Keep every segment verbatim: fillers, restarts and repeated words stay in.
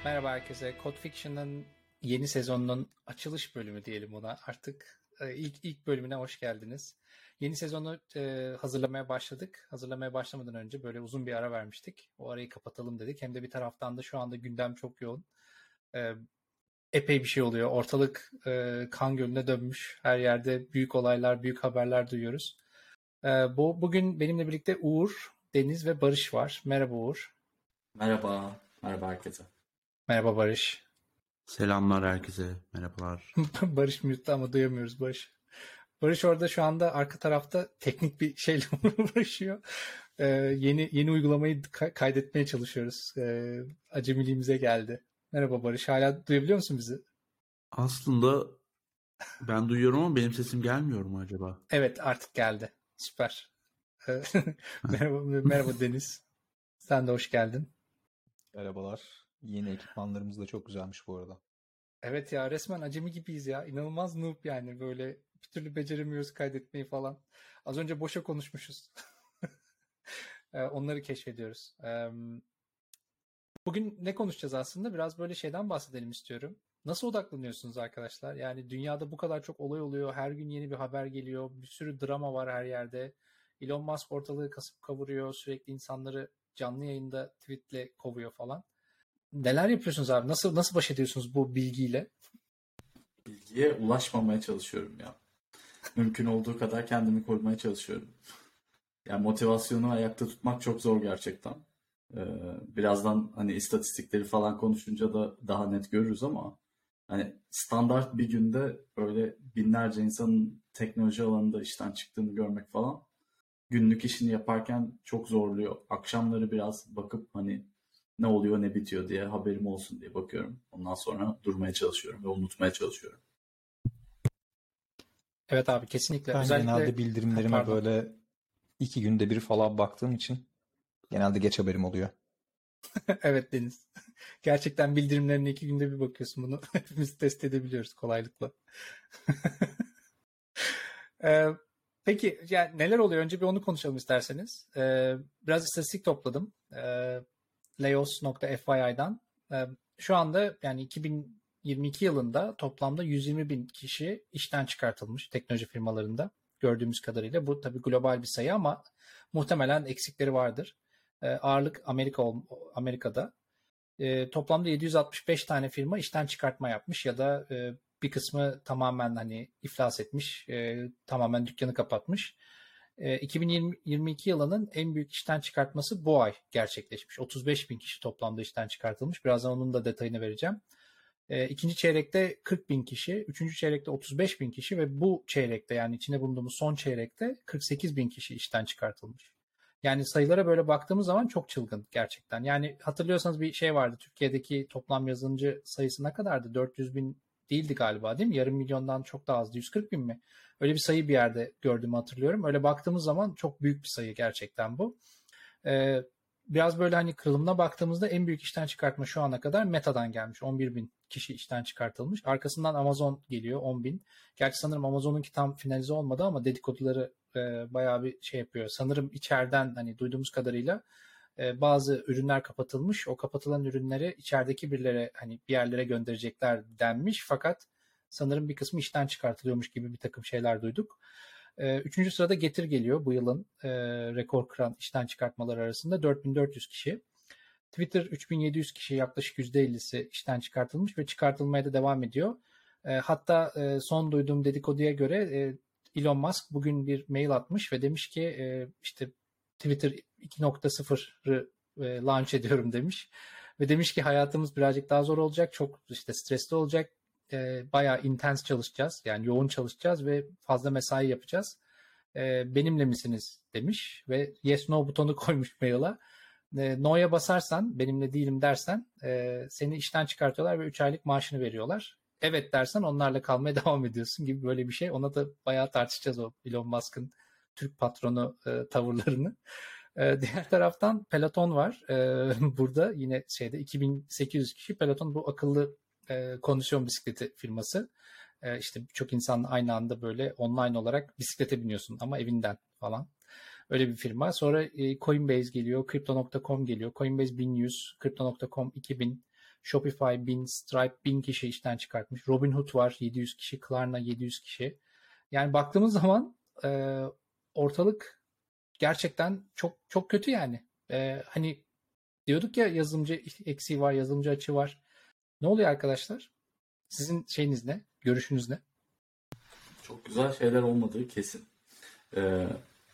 Merhaba herkese. Code Fiction'ın yeni sezonunun açılış bölümü diyelim ona. Artık e, ilk ilk bölümüne hoş geldiniz. Yeni sezonu e, hazırlamaya başladık. Hazırlamaya başlamadan önce böyle uzun bir ara vermiştik. O arayı kapatalım dedik. Hem de bir taraftan da şu anda gündem çok yoğun. E, epey bir şey oluyor. Ortalık e, kan gölüne dönmüş. Her yerde büyük olaylar, büyük haberler duyuyoruz. E, bu bugün benimle birlikte Uğur, Deniz ve Barış var. Merhaba Uğur. Merhaba, merhaba herkese. Merhaba Barış. Selamlar herkese. Merhabalar. Barış mute'da ama duyamıyoruz Barış. Barış orada şu anda arka tarafta teknik bir şeyle uğraşıyor. Ee, yeni yeni uygulamayı ka- kaydetmeye çalışıyoruz. Ee, acemiliğimize geldi. Merhaba Barış. Hala duyabiliyor musun bizi? Aslında ben duyuyorum ama benim sesim gelmiyor mu acaba? Evet, artık geldi. Süper. Ee, Heh. merhaba, merhaba Deniz. Sen de hoş geldin. Merhabalar. Yeni ekipmanlarımız da çok güzelmiş bu arada. Evet ya, resmen acemi gibiyiz ya. İnanılmaz noob yani, böyle bir türlü beceremiyoruz kaydetmeyi falan. Az önce boşa konuşmuşuz. Ee, onları keşfediyoruz. Ee, Bugün ne konuşacağız aslında? Biraz böyle şeyden bahsedelim istiyorum. Nasıl odaklanıyorsunuz arkadaşlar? Yani dünyada bu kadar çok olay oluyor. Her gün yeni bir haber geliyor. Bir sürü drama var her yerde. Elon Musk ortalığı kasıp kavuruyor. Sürekli insanları canlı yayında tweetle kovuyor falan. Neler yapıyorsunuz abi? Nasıl nasıl baş ediyorsunuz bu bilgiyle? Bilgiye ulaşmamaya çalışıyorum ya. Mümkün olduğu kadar kendimi korumaya çalışıyorum. Yani motivasyonu ayakta tutmak çok zor gerçekten. Ee, birazdan hani istatistikleri falan konuşunca da daha net görürüz ama hani standart bir günde böyle binlerce insanın teknoloji alanında işten çıktığını görmek falan günlük işini yaparken çok zorluyor. Akşamları biraz bakıp hani ne oluyor ne bitiyor diye haberim olsun diye bakıyorum. Ondan sonra durmaya çalışıyorum ve unutmaya çalışıyorum. Evet abi, kesinlikle. Ben Özellikle genelde bildirimlerime pardon. böyle iki günde bir falan baktığım için genelde geç haberim oluyor. Evet Deniz. Gerçekten bildirimlerine iki günde bir bakıyorsun. Bunu hepimiz test edebiliyoruz kolaylıkla. Ee, peki yani neler oluyor? Önce bir onu konuşalım isterseniz. Ee, biraz istatistik topladım. Ee, Leos nokta F Y I'dan. Ee, şu anda yani iki bin yirmi iki yılında toplamda yüz yirmi bin kişi işten çıkartılmış teknoloji firmalarında. Gördüğümüz kadarıyla bu tabii global bir sayı ama muhtemelen eksikleri vardır. Ee, ağırlık Amerika Amerika'da. E, toplamda yedi yüz altmış beş tane firma işten çıkartma yapmış ya da e, bir kısmı tamamen hani iflas etmiş, e, tamamen dükkanı kapatmış. E, iki bin yirmi iki yılının en büyük işten çıkartması bu ay gerçekleşmiş. otuz beş bin kişi toplamda işten çıkartılmış. Birazdan onun da detayını vereceğim. E, ikinci çeyrekte kırk bin kişi, üçüncü çeyrekte otuz beş bin kişi ve bu çeyrekte, yani içinde bulunduğumuz son çeyrekte kırk sekiz bin kişi işten çıkartılmış. Yani sayılara böyle baktığımız zaman çok çılgın gerçekten. Yani hatırlıyorsanız bir şey vardı. Türkiye'deki toplam yazılımcı sayısı ne kadardı? dört yüz bin değildi galiba, değil mi? Yarım milyondan çok daha azdı. yüz kırk bin mi? Öyle bir sayı bir yerde gördüğümü hatırlıyorum. Öyle baktığımız zaman çok büyük bir sayı gerçekten bu. Ee, biraz böyle hani kırılımına baktığımızda en büyük işten çıkartma şu ana kadar Meta'dan gelmiş. on bir bin kişi işten çıkartılmış. Arkasından Amazon geliyor, on bin. Gerçi sanırım Amazon'unki tam finalize olmadı ama dedikoduları e, bayağı bir şey yapıyor. Sanırım içeriden hani duyduğumuz kadarıyla e, bazı ürünler kapatılmış. O kapatılan ürünleri içerideki birilere, hani bir yerlere gönderecekler denmiş. Fakat sanırım bir kısmı işten çıkartılıyormuş gibi bir takım şeyler duyduk. E, üçüncü sırada Getir geliyor, bu yılın e, rekor kıran işten çıkartmaları arasında dört bin dört yüz kişi. Twitter üç bin yedi yüz kişi, yaklaşık yüzde ellisi işten çıkartılmış ve çıkartılmaya da devam ediyor. E, hatta e, son duyduğum dedikoduya göre e, Elon Musk bugün bir mail atmış ve demiş ki e, işte Twitter iki nokta sıfırı e, launch ediyorum demiş. Ve demiş ki hayatımız birazcık daha zor olacak, çok işte stresli olacak, e, bayağı intense çalışacağız, yani yoğun çalışacağız ve fazla mesai yapacağız. E, benimle misiniz demiş ve yes no butonu koymuş maila. E, no'ya basarsan, benimle değilim dersen e, seni işten çıkartıyorlar ve üç aylık maaşını veriyorlar. Evet dersen onlarla kalmaya devam ediyorsun gibi böyle bir şey. Ona da bayağı tartışacağız, o Elon Musk'ın Türk patronu e, tavırlarını. E, diğer taraftan Peloton var. E, burada yine şeyde iki bin sekiz yüz kişi. Peloton bu akıllı e, kondisyon bisikleti firması. E, işte birçok insanla aynı anda böyle online olarak bisiklete biniyorsun ama evinden falan. Öyle bir firma. Sonra e, Coinbase geliyor, Crypto nokta com geliyor. Coinbase bin yüz, Crypto nokta com iki bin. Shopify bin, Stripe bin kişi işten çıkartmış. Robinhood var yedi yüz kişi, Klarna yedi yüz kişi. Yani baktığımız zaman e, ortalık gerçekten çok çok kötü yani. E, hani diyorduk ya yazılımcı eksiği var, yazılımcı açığı var. Ne oluyor arkadaşlar? Sizin şeyiniz ne? Görüşünüz ne? Çok güzel şeyler olmadığı kesin. Ee,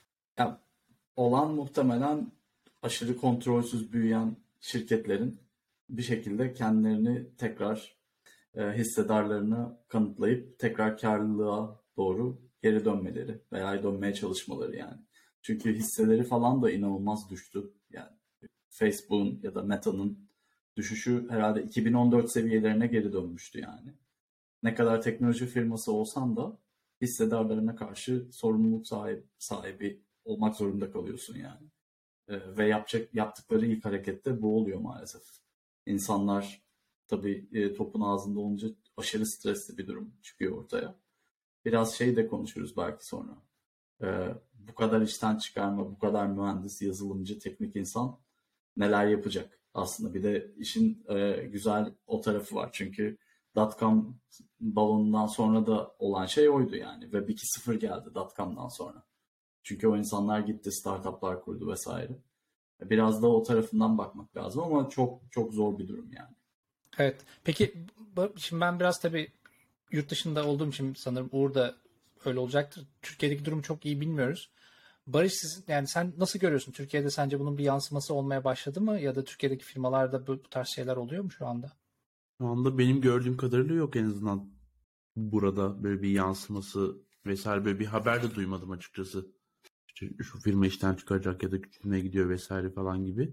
ya, olan muhtemelen aşırı kontrolsüz büyüyen şirketlerin bir şekilde kendilerini tekrar e, hissedarlarına kanıtlayıp tekrar karlılığa doğru geri dönmeleri veya dönmeye çalışmaları yani. Çünkü hisseleri falan da inanılmaz düştü. Yani Facebook'un ya da Meta'nın düşüşü herhalde iki bin on dört seviyelerine geri dönmüştü yani. Ne kadar teknoloji firması olsan da hissedarlarına karşı sorumluluk sahibi, sahibi olmak zorunda kalıyorsun yani. Ee, ve yapacak yaptıkları ilk harekette bu oluyor maalesef. İnsanlar tabii e, topun ağzında olunca aşırı stresli bir durum çıkıyor ortaya. Biraz şey de konuşuruz belki sonra. Ee, bu kadar işten çıkarma, bu kadar mühendis, yazılımcı, teknik insan neler yapacak aslında. Bir de işin e, güzel o tarafı var. Çünkü dot-com balonundan sonra da olan şey oydu yani. Web iki nokta sıfır geldi dot-com'dan sonra. Çünkü o insanlar gitti, startuplar kurdu vesaire. Biraz da o tarafından bakmak lazım ama çok çok zor bir durum yani. Evet. Peki şimdi ben biraz tabii yurt dışında olduğum için sanırım Uğur da öyle olacaktır. Türkiye'deki durumu çok iyi bilmiyoruz. Barış siz, yani sen nasıl görüyorsun? Türkiye'de sence bunun bir yansıması olmaya başladı mı? Ya da Türkiye'deki firmalarda bu tarz şeyler oluyor mu şu anda? Şu anda benim gördüğüm kadarıyla yok en azından burada böyle bir yansıması vesaire böyle bir haber de duymadım açıkçası. İşte şu firma işten çıkaracak ya da küçülmeye gidiyor vesaire falan gibi.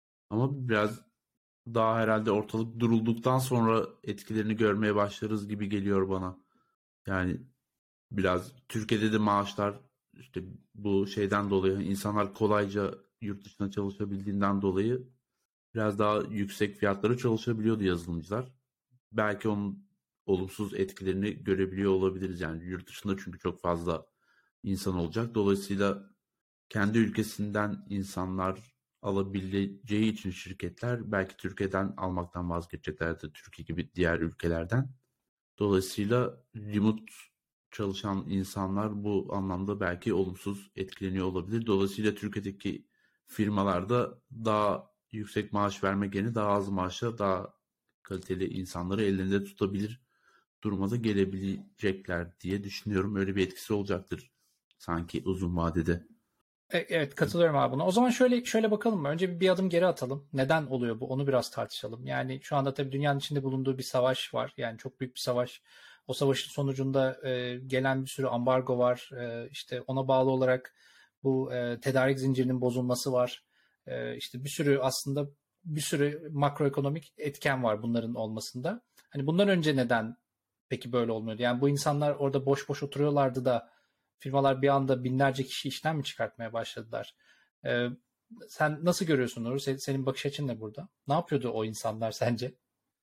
Ama biraz daha herhalde ortalık durulduktan sonra etkilerini görmeye başlarız gibi geliyor bana. Yani biraz Türkiye'de de maaşlar işte bu şeyden dolayı hani insanlar kolayca yurt dışına çalışabildiğinden dolayı biraz daha yüksek fiyatlara çalışabiliyordu yazılımcılar. Belki onun olumsuz etkilerini görebiliyor olabiliriz. Yani yurt dışında çünkü çok fazla insan olacak. Dolayısıyla kendi ülkesinden insanlar alabileceği için şirketler belki Türkiye'den almaktan vazgeçeceklerdir. Türkiye gibi diğer ülkelerden. Dolayısıyla remote çalışan insanlar bu anlamda belki olumsuz etkileniyor olabilir. Dolayısıyla Türkiye'deki firmalarda daha yüksek maaş vermek yerine daha az maaşa daha kaliteli insanları ellerinde tutabilir duruma da gelebilecekler diye düşünüyorum. Öyle bir etkisi olacaktır sanki uzun vadede. E, Evet, katılıyorum abi buna. O zaman şöyle şöyle bakalım mı? Önce bir, bir adım geri atalım. Neden oluyor bu? Onu biraz tartışalım. Yani şu anda tabii dünyanın içinde bulunduğu bir savaş var. Yani çok büyük bir savaş. O savaşın sonucunda e, gelen bir sürü ambargo var. E, işte ona bağlı olarak bu e, tedarik zincirinin bozulması var. E, işte bir sürü aslında bir sürü makroekonomik etken var bunların olmasında. Hani bundan önce neden peki böyle olmuyordu? Yani bu insanlar orada boş boş oturuyorlardı da firmalar bir anda binlerce kişi işten mi çıkartmaya başladılar? Ee, sen nasıl görüyorsun Uğur? Senin, senin bakış açın ne burada? Ne yapıyordu o insanlar sence?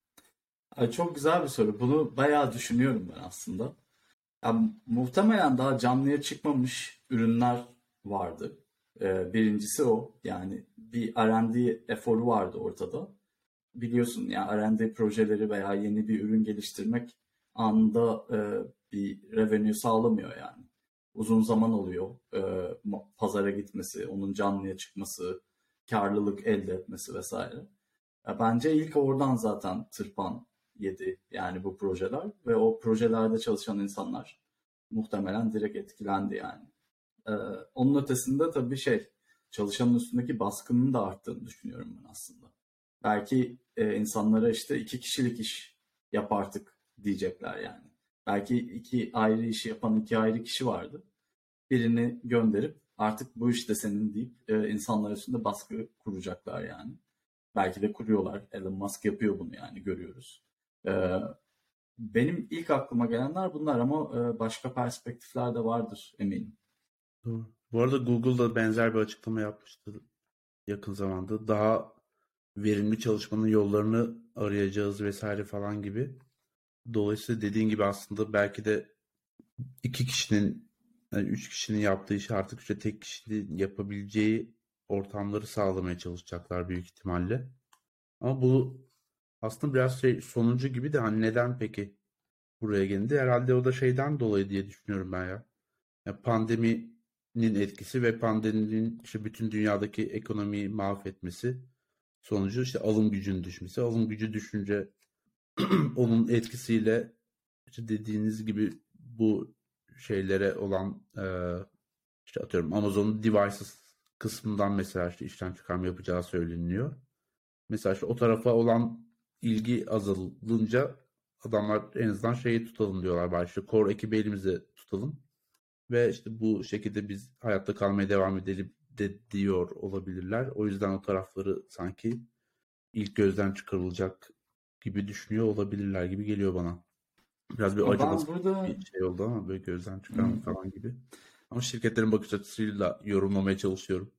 Ay, çok güzel bir soru. Bunu bayağı düşünüyorum ben aslında. Ya, muhtemelen daha canlıya çıkmamış ürünler vardı. Ee, birincisi o. Yani bir R and D eforu vardı ortada. Biliyorsun ya R and D projeleri veya yeni bir ürün geliştirmek anında e, bir revenue sağlamıyor yani. Uzun zaman oluyor e, ma- pazara gitmesi, onun canlıya çıkması, karlılık elde etmesi vesaire. Ya bence ilk oradan zaten tırpan yedi yani bu projeler ve o projelerde çalışan insanlar muhtemelen direkt etkilendi yani. Ee, onun ötesinde tabii şey çalışanın üstündeki baskının da arttığını düşünüyorum ben aslında. Belki e, insanlara işte iki kişilik iş yap artık diyecekler yani. Belki iki ayrı işi yapan iki ayrı kişi vardı. Birini gönderip artık bu iş de senin deyip e, insanlar üstünde baskı kuracaklar yani. Belki de kuruyorlar. Elon Musk yapıyor bunu yani görüyoruz. Ee, benim ilk aklıma gelenler bunlar ama e, başka perspektifler de vardır eminim. Doğru. Bu arada Google da benzer bir açıklama yapmıştı yakın zamanda. Daha verimli çalışmanın yollarını arayacağız vesaire falan gibi. Dolayısıyla dediğin gibi aslında belki de iki kişinin, yani üç kişinin yaptığı işi artık işte tek kişinin yapabileceği ortamları sağlamaya çalışacaklar büyük ihtimalle. Ama bu Aslında biraz şey sonuncu gibi de hani neden peki buraya gelindi? Herhalde o da şeyden dolayı diye düşünüyorum ben ya. Ya pandeminin etkisi ve pandeminin işte bütün dünyadaki ekonomiyi mahvetmesi sonucu işte alım gücünün düşmesi. Alım gücü düşünce onun etkisiyle işte dediğiniz gibi bu şeylere olan e, işte atıyorum Amazon'un devices kısmından mesela işte işten çıkarma yapacağı söyleniyor. Mesela işte o tarafa olan ilgi azalınca adamlar en azından şeyi tutalım diyorlar. Bari işte core ekibi elimizde tutalım ve işte bu şekilde biz hayatta kalmaya devam edelim de diyor olabilirler. O yüzden o tarafları sanki ilk gözden çıkarılacak gibi düşünüyor olabilirler gibi geliyor bana. Biraz bir Ya ben acımasız burada bir şey oldu ama böyle gözden çıkarma hmm, falan gibi. Ama şirketlerin bakış açısıyla yorumlamaya çalışıyorum.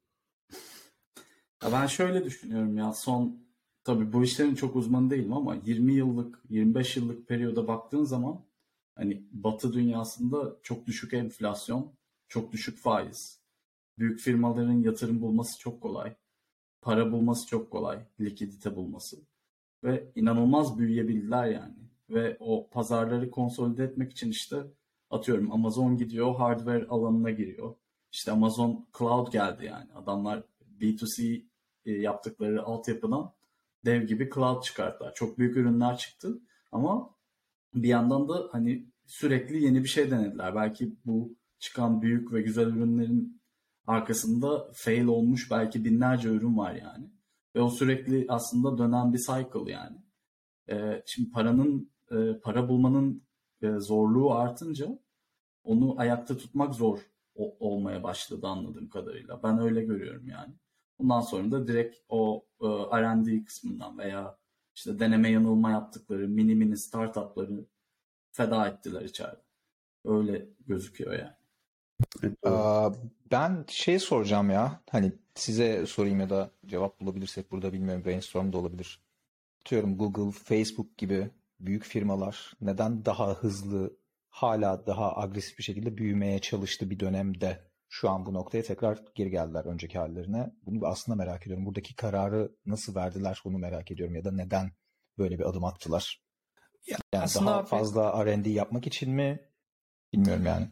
ya ben şöyle düşünüyorum ya son tabii bu işlerin çok uzmanı değilim ama yirmi yıllık yirmi beş yıllık periyoda baktığın zaman hani Batı dünyasında çok düşük enflasyon, çok düşük faiz, büyük firmaların yatırım bulması çok kolay, para bulması çok kolay, likidite bulması ve inanılmaz büyüyebildiler yani. Ve o pazarları konsolide etmek için işte atıyorum Amazon gidiyor hardware alanına giriyor. İşte Amazon Cloud geldi yani. Adamlar B iki C e, yaptıkları altyapıdan dev gibi cloud çıkarttılar. Çok büyük ürünler çıktı ama bir yandan da hani sürekli yeni bir şey denediler. Belki bu çıkan büyük ve güzel ürünlerin arkasında fail olmuş belki binlerce ürün var yani. Ve o sürekli aslında dönen bir cycle yani. Ee, şimdi paranın, e, para bulmanın e, zorluğu artınca onu ayakta tutmak zor o- olmaya başladı anladığım kadarıyla. Ben öyle görüyorum yani. Bundan sonra da direkt o e, R and D kısmından veya işte deneme yanılma yaptıkları mini mini startupları feda ettiler içeride. Öyle gözüküyor yani. Evet, doğru. Aa, ben şey soracağım ya. Hani size sorayım ya da cevap bulabilirsek burada bilmiyorum. Brainstorm da olabilir. Atıyorum Google, Facebook gibi büyük firmalar neden daha hızlı, hala daha agresif bir şekilde büyümeye çalıştı bir dönemde şu an bu noktaya tekrar geri geldiler önceki hallerine. Bunu aslında merak ediyorum. Buradaki kararı nasıl verdiler onu merak ediyorum ya da neden böyle bir adım attılar. Ya Yani aslında daha abi fazla R and D yapmak için mi? Bilmiyorum yani.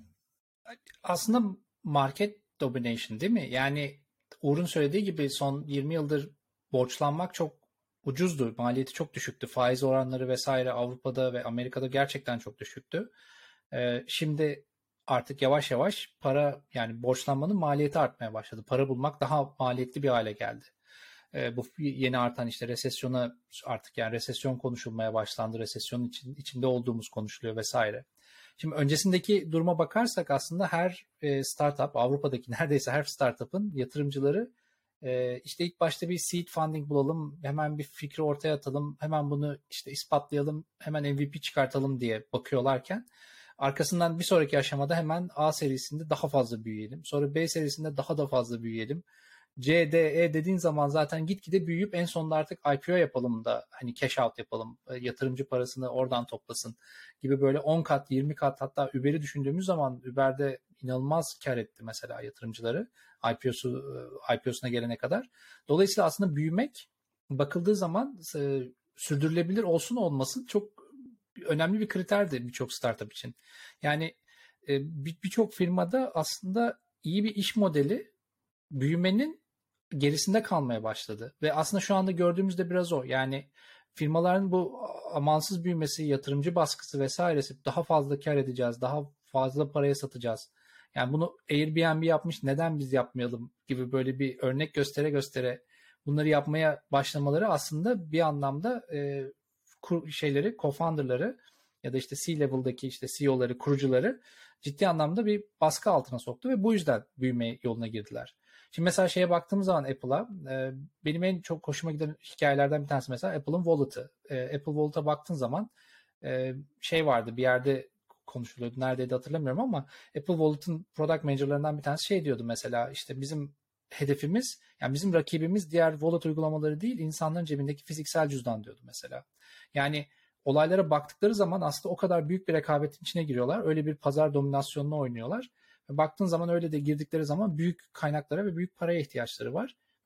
aslında market domination değil mi? Yani Uğur'un söylediği gibi son yirmi yıldır borçlanmak çok ucuzdu. Maliyeti çok düşüktü. Faiz oranları vesaire Avrupa'da ve Amerika'da gerçekten çok düşüktü. Ee, şimdi artık yavaş yavaş para yani borçlanmanın maliyeti artmaya başladı. Para bulmak daha maliyetli bir hale geldi. Ee, bu yeni artan işte resesyona artık yani resesyon konuşulmaya başlandı. Resesyonun için, içinde olduğumuz konuşuluyor vesaire. Şimdi öncesindeki duruma bakarsak aslında her e, startup, Avrupa'daki neredeyse her startup'ın yatırımcıları e, işte ilk başta bir seed funding bulalım, hemen bir fikri ortaya atalım, hemen bunu işte ispatlayalım, hemen M V P çıkartalım diye bakıyorlarken arkasından bir sonraki aşamada hemen A serisinde daha fazla büyüyelim. Sonra B serisinde daha da fazla büyüyelim. C, D, E dediğin zaman zaten gitgide büyüyüp en sonunda artık I P O yapalım da hani cash out yapalım, yatırımcı parasını oradan toplasın gibi böyle on kat, yirmi kat hatta Uber'i düşündüğümüz zaman Uber'de inanılmaz kar etti mesela yatırımcıları I P O'su I P O'suna gelene kadar. Dolayısıyla aslında büyümek bakıldığı zaman e, sürdürülebilir olsun olmasın çok önemli bir kriterdi birçok startup için. Yani e, birçok firmada aslında iyi bir iş modeli büyümenin gerisinde kalmaya başladı. Ve aslında şu anda gördüğümüzde biraz o. Yani firmaların bu amansız büyümesi, yatırımcı baskısı vesairesi daha fazla kar edeceğiz, daha fazla paraya satacağız. Yani bunu Airbnb yapmış, neden biz yapmayalım gibi böyle bir örnek göstere göstere bunları yapmaya başlamaları aslında bir anlamda e, kur, şeyleri, co-founder'ları ya da işte C-level'daki işte C E O'ları, kurucuları ciddi anlamda bir baskı altına soktu ve bu yüzden büyüme yoluna girdiler. Şimdi mesela şeye baktığımız zaman Apple'a e, benim en çok hoşuma giden hikayelerden bir tanesi mesela Apple'ın Wallet'ı. E, Apple Wallet'a baktığın zaman e, şey vardı bir yerde konuşuluyordu. Neredeydi hatırlamıyorum ama Apple Wallet'ın product manager'larından bir tanesi şey diyordu mesela işte bizim hedefimiz yani bizim rakibimiz diğer wallet uygulamaları değil insanların cebindeki fiziksel cüzdan diyordu mesela. Yani olaylara baktıkları zaman aslında o kadar büyük bir rekabetin içine giriyorlar. Öyle bir pazar dominasyonunu oynuyorlar. Baktığın zaman öyle de girdikleri zaman büyük kaynaklara ve büyük paraya ihtiyaçları var.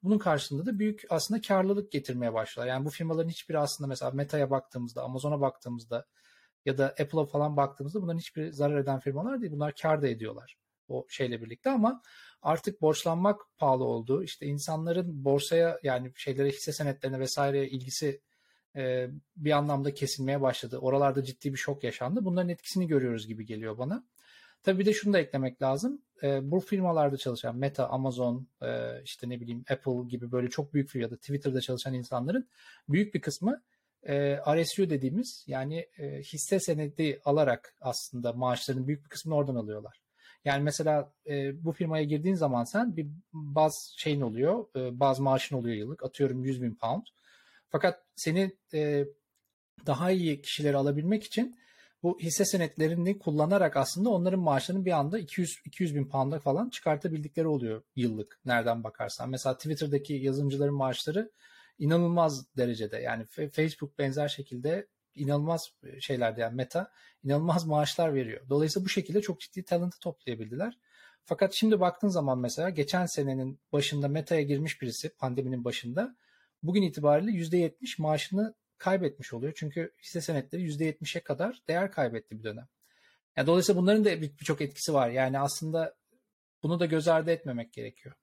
bunun karşılığında da büyük aslında karlılık getirmeye başlıyorlar. Yani bu firmaların hiçbiri aslında mesela Meta'ya baktığımızda, Amazon'a baktığımızda ya da Apple'a falan baktığımızda bunların hiçbiri zarar eden firmalar değil. Bunlar kar da ediyorlar o şeyle birlikte ama artık borçlanmak pahalı oldu. İşte insanların borsaya yani şeylere hisse senetlerine vesaireye ilgisi e, bir anlamda kesilmeye başladı. Oralarda ciddi bir şok yaşandı. Bunların etkisini görüyoruz gibi geliyor bana. Tabii bir de şunu da eklemek lazım. E, bu firmalarda çalışan Meta, Amazon, e, işte ne bileyim Apple gibi böyle çok büyük firma ya da Twitter'da çalışan insanların büyük bir kısmı e, R S U dediğimiz yani e, hisse senedi alarak aslında maaşlarının büyük bir kısmını oradan alıyorlar. Yani mesela e, bu firmaya girdiğin zaman sen bir baz şeyin oluyor, e, baz maaşın oluyor yıllık. Atıyorum yüz bin pound. Fakat seni e, daha iyi kişileri alabilmek için bu hisse senetlerini kullanarak aslında onların maaşlarını bir anda iki yüz iki yüz bin pound'a falan çıkartabildikleri oluyor yıllık nereden bakarsan. Mesela Twitter'daki yazılımcıların maaşları inanılmaz derecede yani Facebook benzer şekilde inanılmaz şeylerde yani Meta inanılmaz maaşlar veriyor. Dolayısıyla bu şekilde çok ciddi talent'ı toplayabildiler. Fakat şimdi baktığın zaman mesela geçen senenin başında Meta'ya girmiş birisi pandeminin başında bugün itibariyle yüzde yetmiş maaşını kaybetmiş oluyor. Çünkü hisse senetleri yüzde yetmişe kadar değer kaybetti bir dönem. Yani dolayısıyla bunların da birçok etkisi var. Yani aslında bunu da göz ardı etmemek gerekiyor.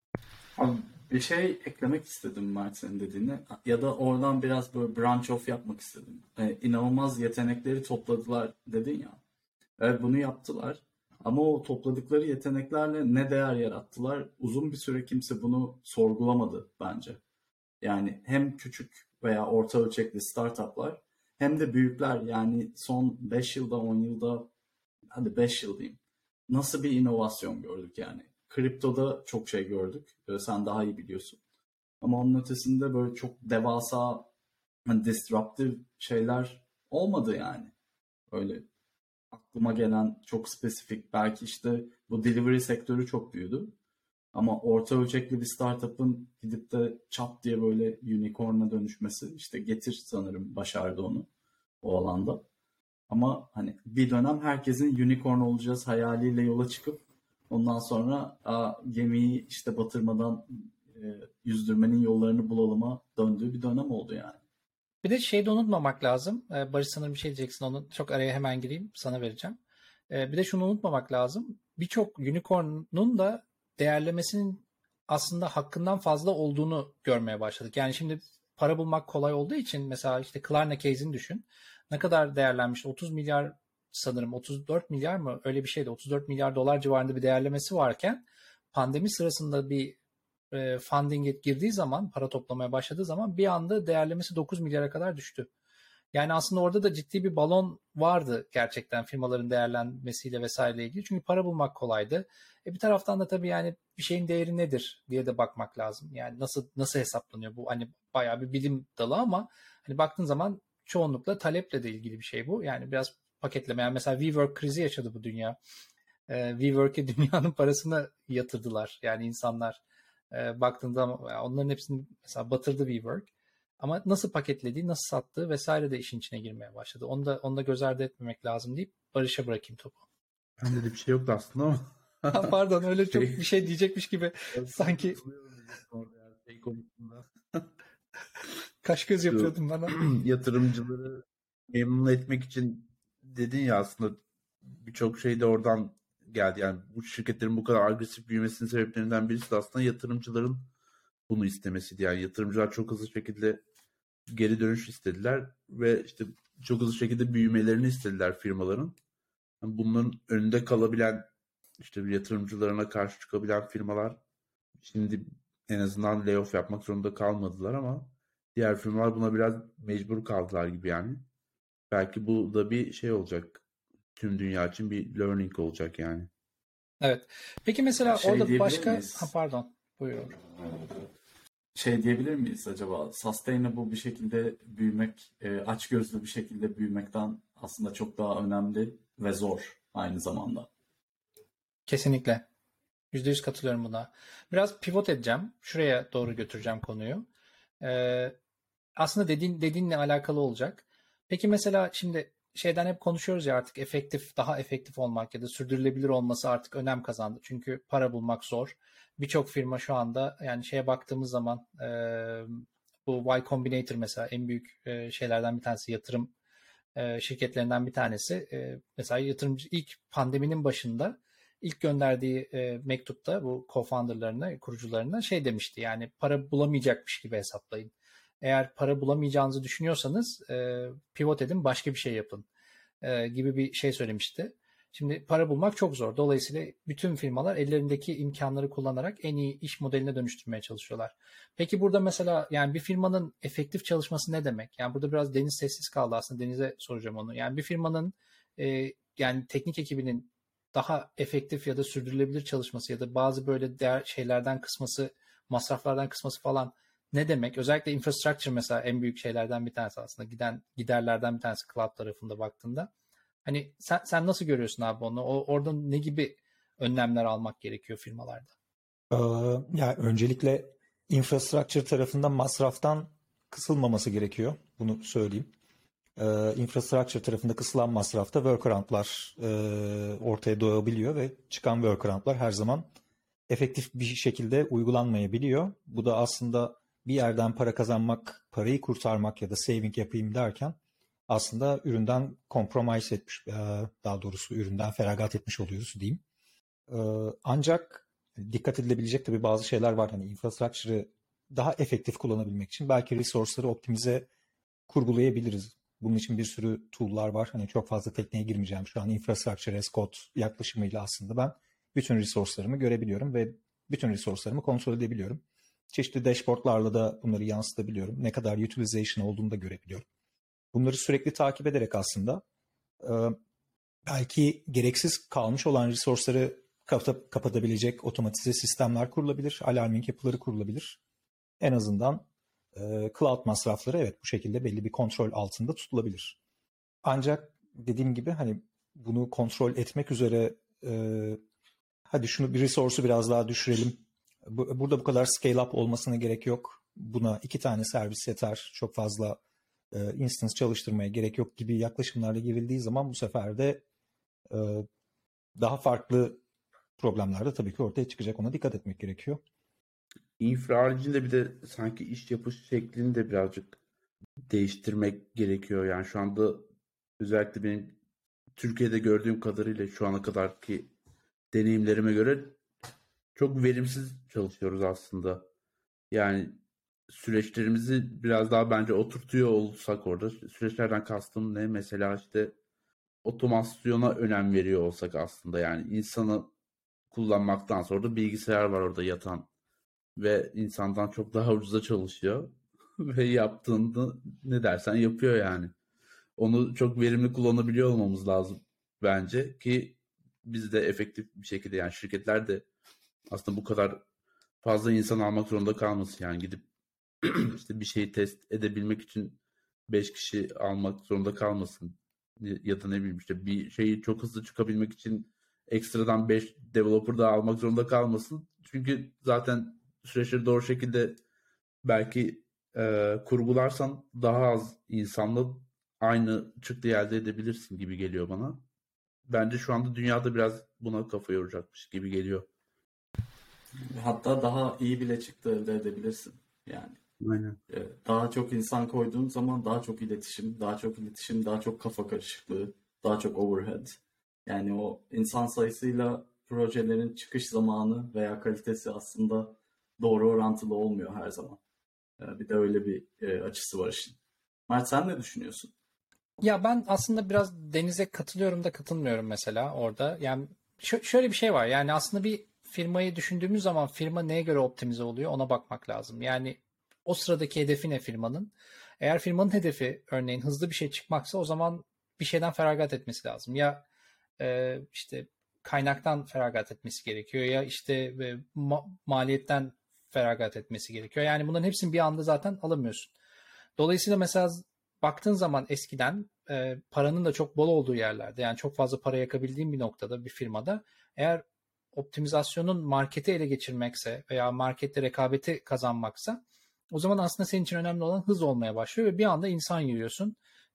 Abi, bir şey eklemek istedim Mert senin dediğine ya da oradan biraz böyle branch off yapmak istedim. Ee, inanılmaz yetenekleri topladılar dedin ya. Evet bunu yaptılar. Ama o topladıkları yeteneklerle ne değer yarattılar? Uzun bir süre kimse bunu sorgulamadı bence. Yani hem küçük veya orta ölçekli startuplar hem de büyükler yani son beş yılda on yılda hadi beş yıl diyeyim. Nasıl bir inovasyon gördük yani. Kriptoda çok şey gördük. Ee, Sen daha iyi biliyorsun. Ama onun ötesinde böyle çok devasa hani disruptive şeyler olmadı yani. Öyle aklıma gelen çok spesifik belki işte bu delivery sektörü çok büyüdü. Ama orta ölçekli bir startup'ın gidip de çat diye böyle unicorn'a dönüşmesi işte Getir sanırım başardı onu o alanda. Ama hani bir dönem herkesin unicorn olacağız hayaliyle yola çıkıp ondan sonra a, gemiyi işte batırmadan e, yüzdürmenin yollarını bulalıma döndüğü bir dönem oldu yani. Bir de şeyi de unutmamak lazım. Ee, Barış sanırım bir şey diyeceksin. Onu çok araya hemen gireyim. Sana vereceğim. Ee, bir de şunu unutmamak lazım. Birçok unicorn'un da değerlemesinin aslında hakkından fazla olduğunu görmeye başladık. Yani şimdi para bulmak kolay olduğu için mesela işte Klarna case'ini düşün. Ne kadar değerlenmiş? otuz milyar sanırım otuz dört milyar mı? Öyle bir şeydi. otuz dört milyar dolar civarında bir değerlemesi varken pandemi sırasında bir e, funding'e girdiği zaman, para toplamaya başladığı zaman bir anda değerlemesi dokuz milyara kadar düştü. Yani aslında orada da ciddi bir balon vardı gerçekten firmaların değerlenmesiyle vesaireyle ilgili. Çünkü para bulmak kolaydı. E bir taraftan da tabii yani bir şeyin değeri nedir diye de bakmak lazım. Yani nasıl nasıl hesaplanıyor bu? Hani bayağı bir bilim dalı ama hani baktığın zaman çoğunlukla taleple de ilgili bir şey bu. Yani biraz paketleme. Yani mesela WeWork krizi yaşadı bu dünya. E, WeWork'e dünyanın parasını yatırdılar. Yani insanlar e, baktığında onların hepsini mesela batırdı WeWork. Ama nasıl paketlediği, nasıl sattığı vesaire de işin içine girmeye başladı. Onu da, onu da göz ardı etmemek lazım deyip Barış'a bırakayım topu. Bende de bir şey yoktu aslında ama. Pardon öyle çok Şey- bir şey diyecekmiş gibi sanki Şey konusunda. kaş göz Şu yapıyordum bana. yatırımcıları memnun etmek için dedin ya aslında birçok şey de oradan geldi. Yani bu şirketlerin bu kadar agresif büyümesinin sebeplerinden birisi de aslında yatırımcıların bunu istemesiydi. Yani yatırımcılar çok hızlı şekilde geri dönüş istediler ve işte çok hızlı şekilde büyümelerini istediler firmaların. Yani bunların önünde kalabilen işte yatırımcılarına karşı çıkabilen firmalar şimdi en azından layoff yapmak zorunda kalmadılar ama diğer firmalar buna biraz mecbur kaldılar gibi yani. Belki bu da bir şey olacak. Tüm dünya için bir learning olacak yani. Evet. Peki mesela Şey orada diyebilir başka... miyiz? Ha, pardon. Buyur. Şey diyebilir miyiz acaba? Sustainable bir şekilde büyümek, e, açgözlü bir şekilde büyümekten aslında çok daha önemli ve zor aynı zamanda. Kesinlikle. yüzde yüz katılıyorum buna. Biraz pivot edeceğim. Şuraya doğru götüreceğim konuyu. Ee, aslında dediğin, dediğinle alakalı olacak. Peki mesela şimdi şeyden hep konuşuyoruz ya, artık efektif, daha efektif olmak ya da sürdürülebilir olması artık önem kazandı. Çünkü para bulmak zor. Birçok firma şu anda, yani şeye baktığımız zaman e, bu Y Combinator mesela en büyük e, şeylerden bir tanesi, yatırım e, şirketlerinden bir tanesi. E, mesela yatırımcı ilk pandeminin başında ilk gönderdiği e, mektupta bu co-founder'larına, kurucularına şey demişti, yani para bulamayacakmış gibi hesaplayın. Eğer para bulamayacağınızı düşünüyorsanız e, pivot edin, başka bir şey yapın e, gibi bir şey söylemişti. Şimdi para bulmak çok zor. Dolayısıyla bütün firmalar ellerindeki imkanları kullanarak en iyi iş modeline dönüştürmeye çalışıyorlar. Peki burada mesela yani bir firmanın efektif çalışması ne demek? Yani burada biraz Deniz sessiz kaldı aslında. Deniz'e soracağım onu. Yani bir firmanın e, yani teknik ekibinin daha efektif ya da sürdürülebilir çalışması ya da bazı böyle değer şeylerden kısması, masraflardan kısması falan ne demek? Özellikle infrastructure mesela en büyük şeylerden bir tanesi aslında. Giden giderlerden bir tanesi cloud tarafında baktığında. Hani sen, sen nasıl görüyorsun abi onu? O, orada ne gibi önlemler almak gerekiyor firmalarda? Ee, yani öncelikle infrastructure tarafından masraftan kısılmaması gerekiyor. Bunu söyleyeyim. Ee, infrastructure tarafında kısılan masrafta workaround'lar e, ortaya doğabiliyor ve çıkan workaround'lar her zaman efektif bir şekilde uygulanmayabiliyor. Bu da aslında bir yerden para kazanmak, parayı kurtarmak ya da saving yapayım derken aslında üründen compromise etmiş, daha doğrusu üründen feragat etmiş oluyoruz diyeyim. Ancak dikkat edilebilecek tabii bazı şeyler var. Hani infrastructure'ı daha efektif kullanabilmek için belki resource'ları optimize kurgulayabiliriz. Bunun için bir sürü tool'lar var. Hani çok fazla tekniğe girmeyeceğim. Şu an infrastructure as code yaklaşımıyla aslında ben bütün resource'larımı görebiliyorum ve bütün resource'larımı kontrol edebiliyorum. Çeşitli dashboard'larla da bunları yansıtabiliyorum. Ne kadar utilization olduğunu da görebiliyorum. Bunları sürekli takip ederek aslında e, belki gereksiz kalmış olan resource'ları kapatabilecek otomatize sistemler kurulabilir, alarming yapıları kurulabilir. En azından e, cloud masrafları evet bu şekilde belli bir kontrol altında tutulabilir. Ancak dediğim gibi hani bunu kontrol etmek üzere e, hadi şunu bir resource'u biraz daha düşürelim. Bu, burada bu kadar scale up olmasına gerek yok. Buna iki tane servis yeter. Çok fazla e, instance çalıştırmaya gerek yok gibi yaklaşımlarla girildiği zaman bu sefer de e, daha farklı problemler de tabii ki ortaya çıkacak. Ona dikkat etmek gerekiyor. İnfra haricinde bir de sanki iş yapış şeklini de birazcık değiştirmek gerekiyor. Yani şu anda özellikle benim Türkiye'de gördüğüm kadarıyla şu ana kadarki deneyimlerime göre çok verimsiz çalışıyoruz aslında. Yani süreçlerimizi biraz daha bence oturtuyor olsak orada. Süreçlerden kastım ne? Mesela işte otomasyona önem veriyor olsak aslında. Yani insanı kullanmaktan sonra da bilgisayar var orada yatan ve insandan çok daha ucuza çalışıyor ve yaptığında ne dersen yapıyor yani. Onu çok verimli kullanabiliyor olmamız lazım bence ki biz de efektif bir şekilde, yani şirketler de aslında bu kadar fazla insan almak zorunda kalmasın. Yani gidip işte bir şeyi test edebilmek için beş kişi almak zorunda kalmasın. Ya da ne bileyim işte bir şeyi çok hızlı çıkabilmek için ekstradan beş developer daha almak zorunda kalmasın. Çünkü zaten süreçleri doğru şekilde belki e, kurgularsan daha az insanla aynı çıktıyı elde edebilirsin gibi geliyor bana. Bence şu anda dünyada biraz buna kafa yoracakmış gibi geliyor. Hatta daha iyi bile çıktı elde edebilirsin. Yani Aynen. e, daha çok insan koyduğun zaman daha çok iletişim, daha çok iletişim, daha çok kafa karışıklığı, daha çok overhead. Yani o insan sayısıyla projelerin çıkış zamanı veya kalitesi aslında doğru orantılı olmuyor her zaman. E, Bir de öyle bir e, açısı var işin. Mert sen ne düşünüyorsun? Ya ben aslında biraz Deniz'e katılıyorum da katılmıyorum mesela orada. Yani şö- şöyle bir şey var. Yani aslında bir firmayı düşündüğümüz zaman firma neye göre optimize oluyor ona bakmak lazım. Yani o sıradaki hedefi ne firmanın? Eğer firmanın hedefi örneğin hızlı bir şey çıkmaksa o zaman bir şeyden feragat etmesi lazım. Ya e, işte kaynaktan feragat etmesi gerekiyor ya işte e, ma- maliyetten feragat etmesi gerekiyor. Yani bunların hepsini bir anda zaten alamıyorsun. Dolayısıyla mesela baktığın zaman eskiden e, paranın da çok bol olduğu yerlerde, yani çok fazla para yakabildiğin bir noktada bir firmada, eğer optimizasyonun marketi ele geçirmekse veya markette rekabeti kazanmaksa o zaman aslında senin için önemli olan hız olmaya başlıyor ve bir anda insan yığıyorsun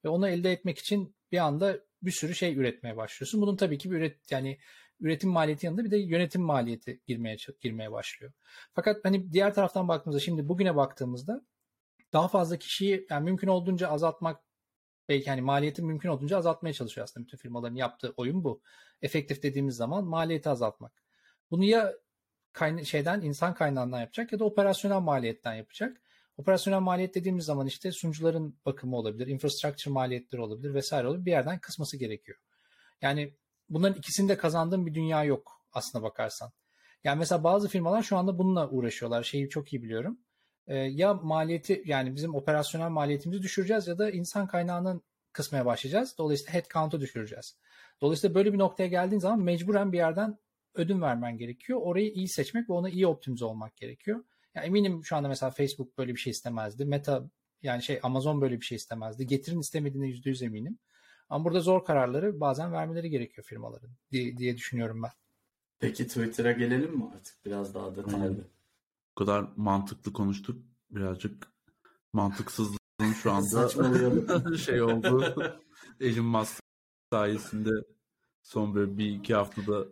ve onu elde etmek için bir anda bir sürü şey üretmeye başlıyorsun. Bunun tabii ki bir üret yani üretim maliyeti yanında bir de yönetim maliyeti girmeye girmeye başlıyor. Fakat hani diğer taraftan baktığımızda şimdi bugüne baktığımızda daha fazla kişiyi yani mümkün olduğunca azaltmak belki hani maliyeti mümkün olduğunca azaltmaya çalışıyor aslında bütün firmaların yaptığı oyun bu. Efektif dediğimiz zaman maliyeti azaltmak. Bunu ya kayna- şeyden insan kaynağından yapacak ya da operasyonel maliyetten yapacak. Operasyonel maliyet dediğimiz zaman işte sunucuların bakımı olabilir, infrastructure maliyetleri olabilir vesaire olabilir. Bir yerden kısması gerekiyor. Yani bunların ikisini de kazandığın bir dünya yok aslına bakarsan. Yani mesela bazı firmalar şu anda bununla uğraşıyorlar. Şeyi çok iyi biliyorum. Ee, ya maliyeti yani bizim operasyonel maliyetimizi düşüreceğiz ya da insan kaynağının kısmaya başlayacağız. Dolayısıyla headcount'u düşüreceğiz. Dolayısıyla böyle bir noktaya geldiğin zaman mecburen bir yerden ödün vermen gerekiyor. Orayı iyi seçmek ve ona iyi optimize olmak gerekiyor. Ya eminim şu anda mesela Facebook böyle bir şey istemezdi. Meta yani şey Amazon böyle bir şey istemezdi. Getir'in istemediğine yüzde yüz eminim. Ama burada zor kararları bazen vermeleri gerekiyor firmaların diye, diye düşünüyorum ben. Peki Twitter'a gelelim mi artık biraz daha detaylı? Aynen. Bu kadar mantıklı konuştuk. Birazcık mantıksızlığın şu anda Saçmalayalım. şey oldu. Elon Musk sayesinde son böyle bir iki haftada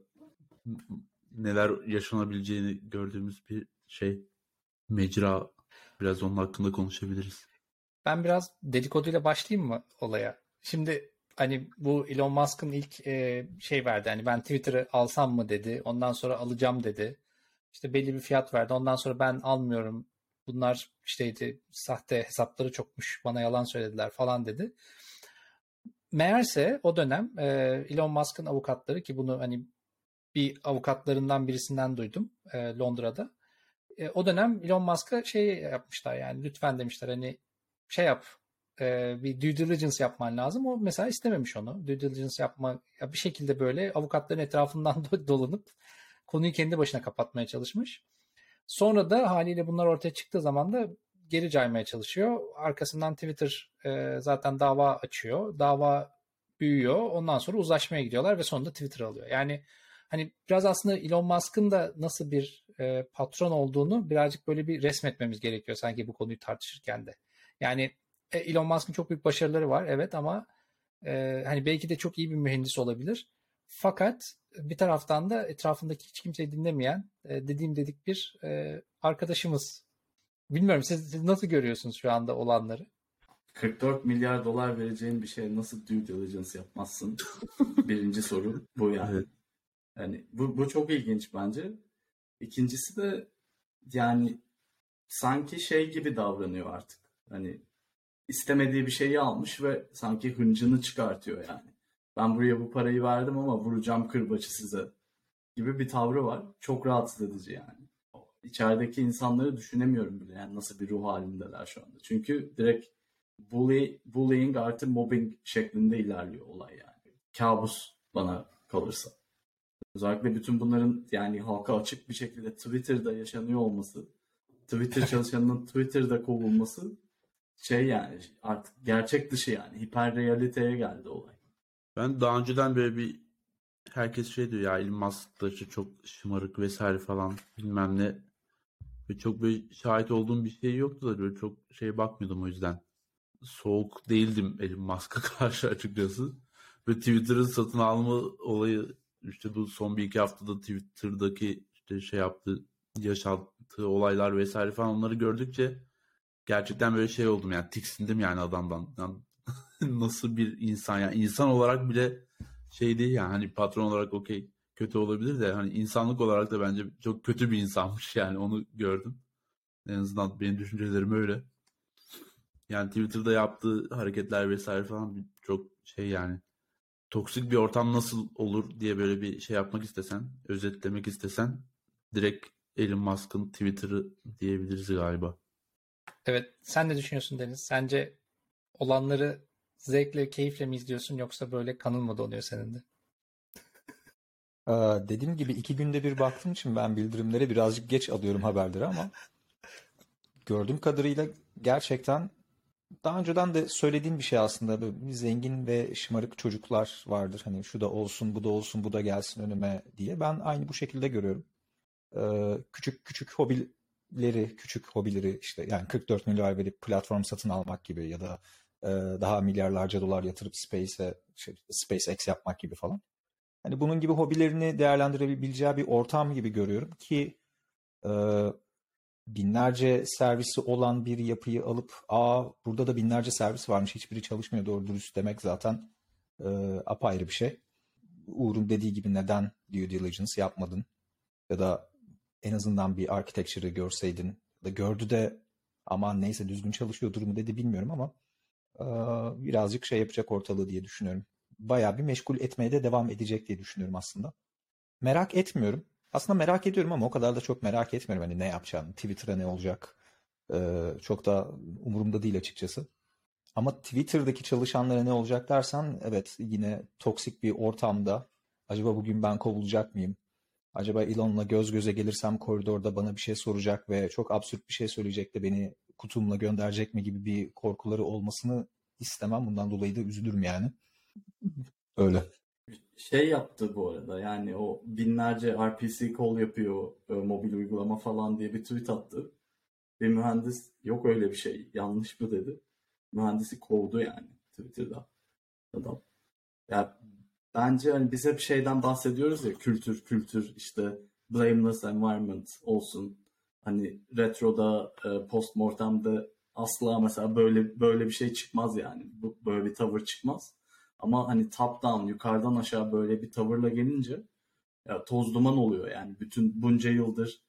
neler yaşanabileceğini gördüğümüz bir şey mecra. Biraz onun hakkında konuşabiliriz. Ben biraz dedikoduyla başlayayım mı olaya? Şimdi hani bu Elon Musk'ın ilk e, şey verdi. Hani ben Twitter'ı alsam mı dedi. Ondan sonra alacağım dedi. İşte belli bir fiyat verdi. Ondan sonra ben almıyorum. Bunlar işteydi sahte hesapları çokmuş. Bana yalan söylediler falan dedi. Meğerse o dönem e, Elon Musk'ın avukatları ki bunu hani bir avukatlarından birisinden duydum e, Londra'da. E, o dönem Elon Musk'a şey yapmışlar yani lütfen demişler hani şey yap e, bir due diligence yapman lazım. O mesela istememiş onu. Due diligence yapma ya bir şekilde böyle avukatların etrafından dolanıp konuyu kendi başına kapatmaya çalışmış. Sonra da haliyle bunlar ortaya çıktığı zaman da geri caymaya çalışıyor. Arkasından Twitter e, zaten dava açıyor. Dava büyüyor. Ondan sonra uzlaşmaya gidiyorlar ve sonunda Twitter alıyor. Yani hani biraz aslında Elon Musk'ın da nasıl bir e, patron olduğunu birazcık böyle bir resmetmemiz gerekiyor sanki bu konuyu tartışırken de. Yani e, Elon Musk'ın çok büyük başarıları var evet ama e, hani belki de çok iyi bir mühendis olabilir. Fakat bir taraftan da etrafındaki hiç kimseyi dinlemeyen e, dediğim dedik bir e, arkadaşımız. Bilmiyorum siz, siz nasıl görüyorsunuz şu anda olanları? kırk dört milyar dolar vereceğin bir şeye nasıl due diligence yapmazsın? Birinci soru bu yani. Evet. Yani bu, bu çok ilginç bence. İkincisi de yani sanki şey gibi davranıyor artık. Hani istemediği bir şeyi almış ve sanki hıncını çıkartıyor yani. Ben buraya bu parayı verdim ama vuracağım kırbaçı size gibi bir tavrı var. Çok rahatsız edici yani. İçerideki insanları düşünemiyorum bile yani nasıl bir ruh halindeler şu anda. Çünkü direkt bully, bullying artı mobbing şeklinde ilerliyor olay yani. Kabus bana kalırsa. Özellikle bütün bunların yani halka açık bir şekilde Twitter'da yaşanıyor olması, Twitter çalışanının Twitter'da kovulması şey yani artık gerçek dışı yani hiper realiteye geldi olay. Ben daha önceden böyle bir herkes şey diyor ya Elon Musk da işte çok şımarık vesaire falan bilmem ne. Ve çok böyle şahit olduğum bir şey yoktu da böyle çok şeye bakmıyordum o yüzden. Soğuk değildim Elon Musk'a karşı açıkçası. Ve Twitter'ın satın alma olayı işte bu son bir iki haftada Twitter'daki işte şey yaptığı yaşattığı olaylar vesaire falan onları gördükçe gerçekten böyle şey oldum yani tiksindim yani adamdan. Yani nasıl bir insan yani insan olarak bile şey değil yani hani patron olarak okey kötü olabilir de hani insanlık olarak da bence çok kötü bir insanmış yani onu gördüm. En azından benim düşüncelerim öyle. Yani Twitter'da yaptığı hareketler vesaire falan çok şey yani toksik bir ortam nasıl olur diye böyle bir şey yapmak istesen, özetlemek istesen direkt Elon Musk'ın Twitter'ı diyebiliriz galiba. Evet sen ne düşünüyorsun Deniz? Sence olanları zevkle, keyifle mi izliyorsun yoksa böyle kanın mı donuyor senin de? Ee, dediğim gibi iki günde bir baktığım için ben bildirimleri birazcık geç alıyorum haberleri ama gördüğüm kadarıyla gerçekten daha önceden de söylediğim bir şey aslında. Böyle zengin ve şımarık çocuklar vardır. Hani şu da olsun, bu da olsun, bu da gelsin önüme diye. Ben aynı bu şekilde görüyorum. Ee, küçük küçük hobileri, küçük hobileri işte yani kırk dört milyar verip platform satın almak gibi ya da Ee, daha milyarlarca dolar yatırıp Space'e, şey, SpaceX yapmak gibi falan. Hani bunun gibi hobilerini değerlendirebileceği bir ortam gibi görüyorum ki e, binlerce servisi olan bir yapıyı alıp aa burada da binlerce servis varmış hiçbiri çalışmıyor doğru dürüst demek zaten e, apayrı bir şey. Uğur'un dediği gibi neden due diligence yapmadın ya da en azından bir architecture'ı görseydin ya da gördü de aman neyse düzgün çalışıyordur mu dedi bilmiyorum ama e, birazcık şey yapacak ortalığı diye düşünüyorum. Bayağı bir meşgul etmeye de devam edecek diye düşünüyorum aslında. Merak etmiyorum. Aslında merak ediyorum ama o kadar da çok merak etmiyorum. Hani ne yapacağını, Twitter'a ne olacak e, çok da umurumda değil açıkçası. Ama Twitter'daki çalışanlara ne olacak dersen evet yine toksik bir ortamda acaba bugün ben kovulacak mıyım? Acaba Elon'la göz göze gelirsem koridorda bana bir şey soracak ve çok absürt bir şey söyleyecek de beni kutumla gönderecek mi gibi bir korkuları olmasını istemem. Bundan dolayı da üzülürüm yani. Öyle. Şey yaptı bu arada, yani o binlerce R P C call yapıyor e, mobil uygulama falan diye bir tweet attı. Bir mühendis yok öyle bir şey yanlış mı dedi. Mühendisi kovdu yani Twitter'da adam. Ya bence hani biz hep şeyden bahsediyoruz ya, kültür kültür işte blameless environment olsun. Hani retroda e, postmortem'de asla mesela böyle böyle bir şey çıkmaz yani. Bu, böyle bir tavır çıkmaz. Ama hani top down yukarıdan aşağı böyle bir tavırla gelince ya toz duman oluyor yani. Bütün bunca yıldır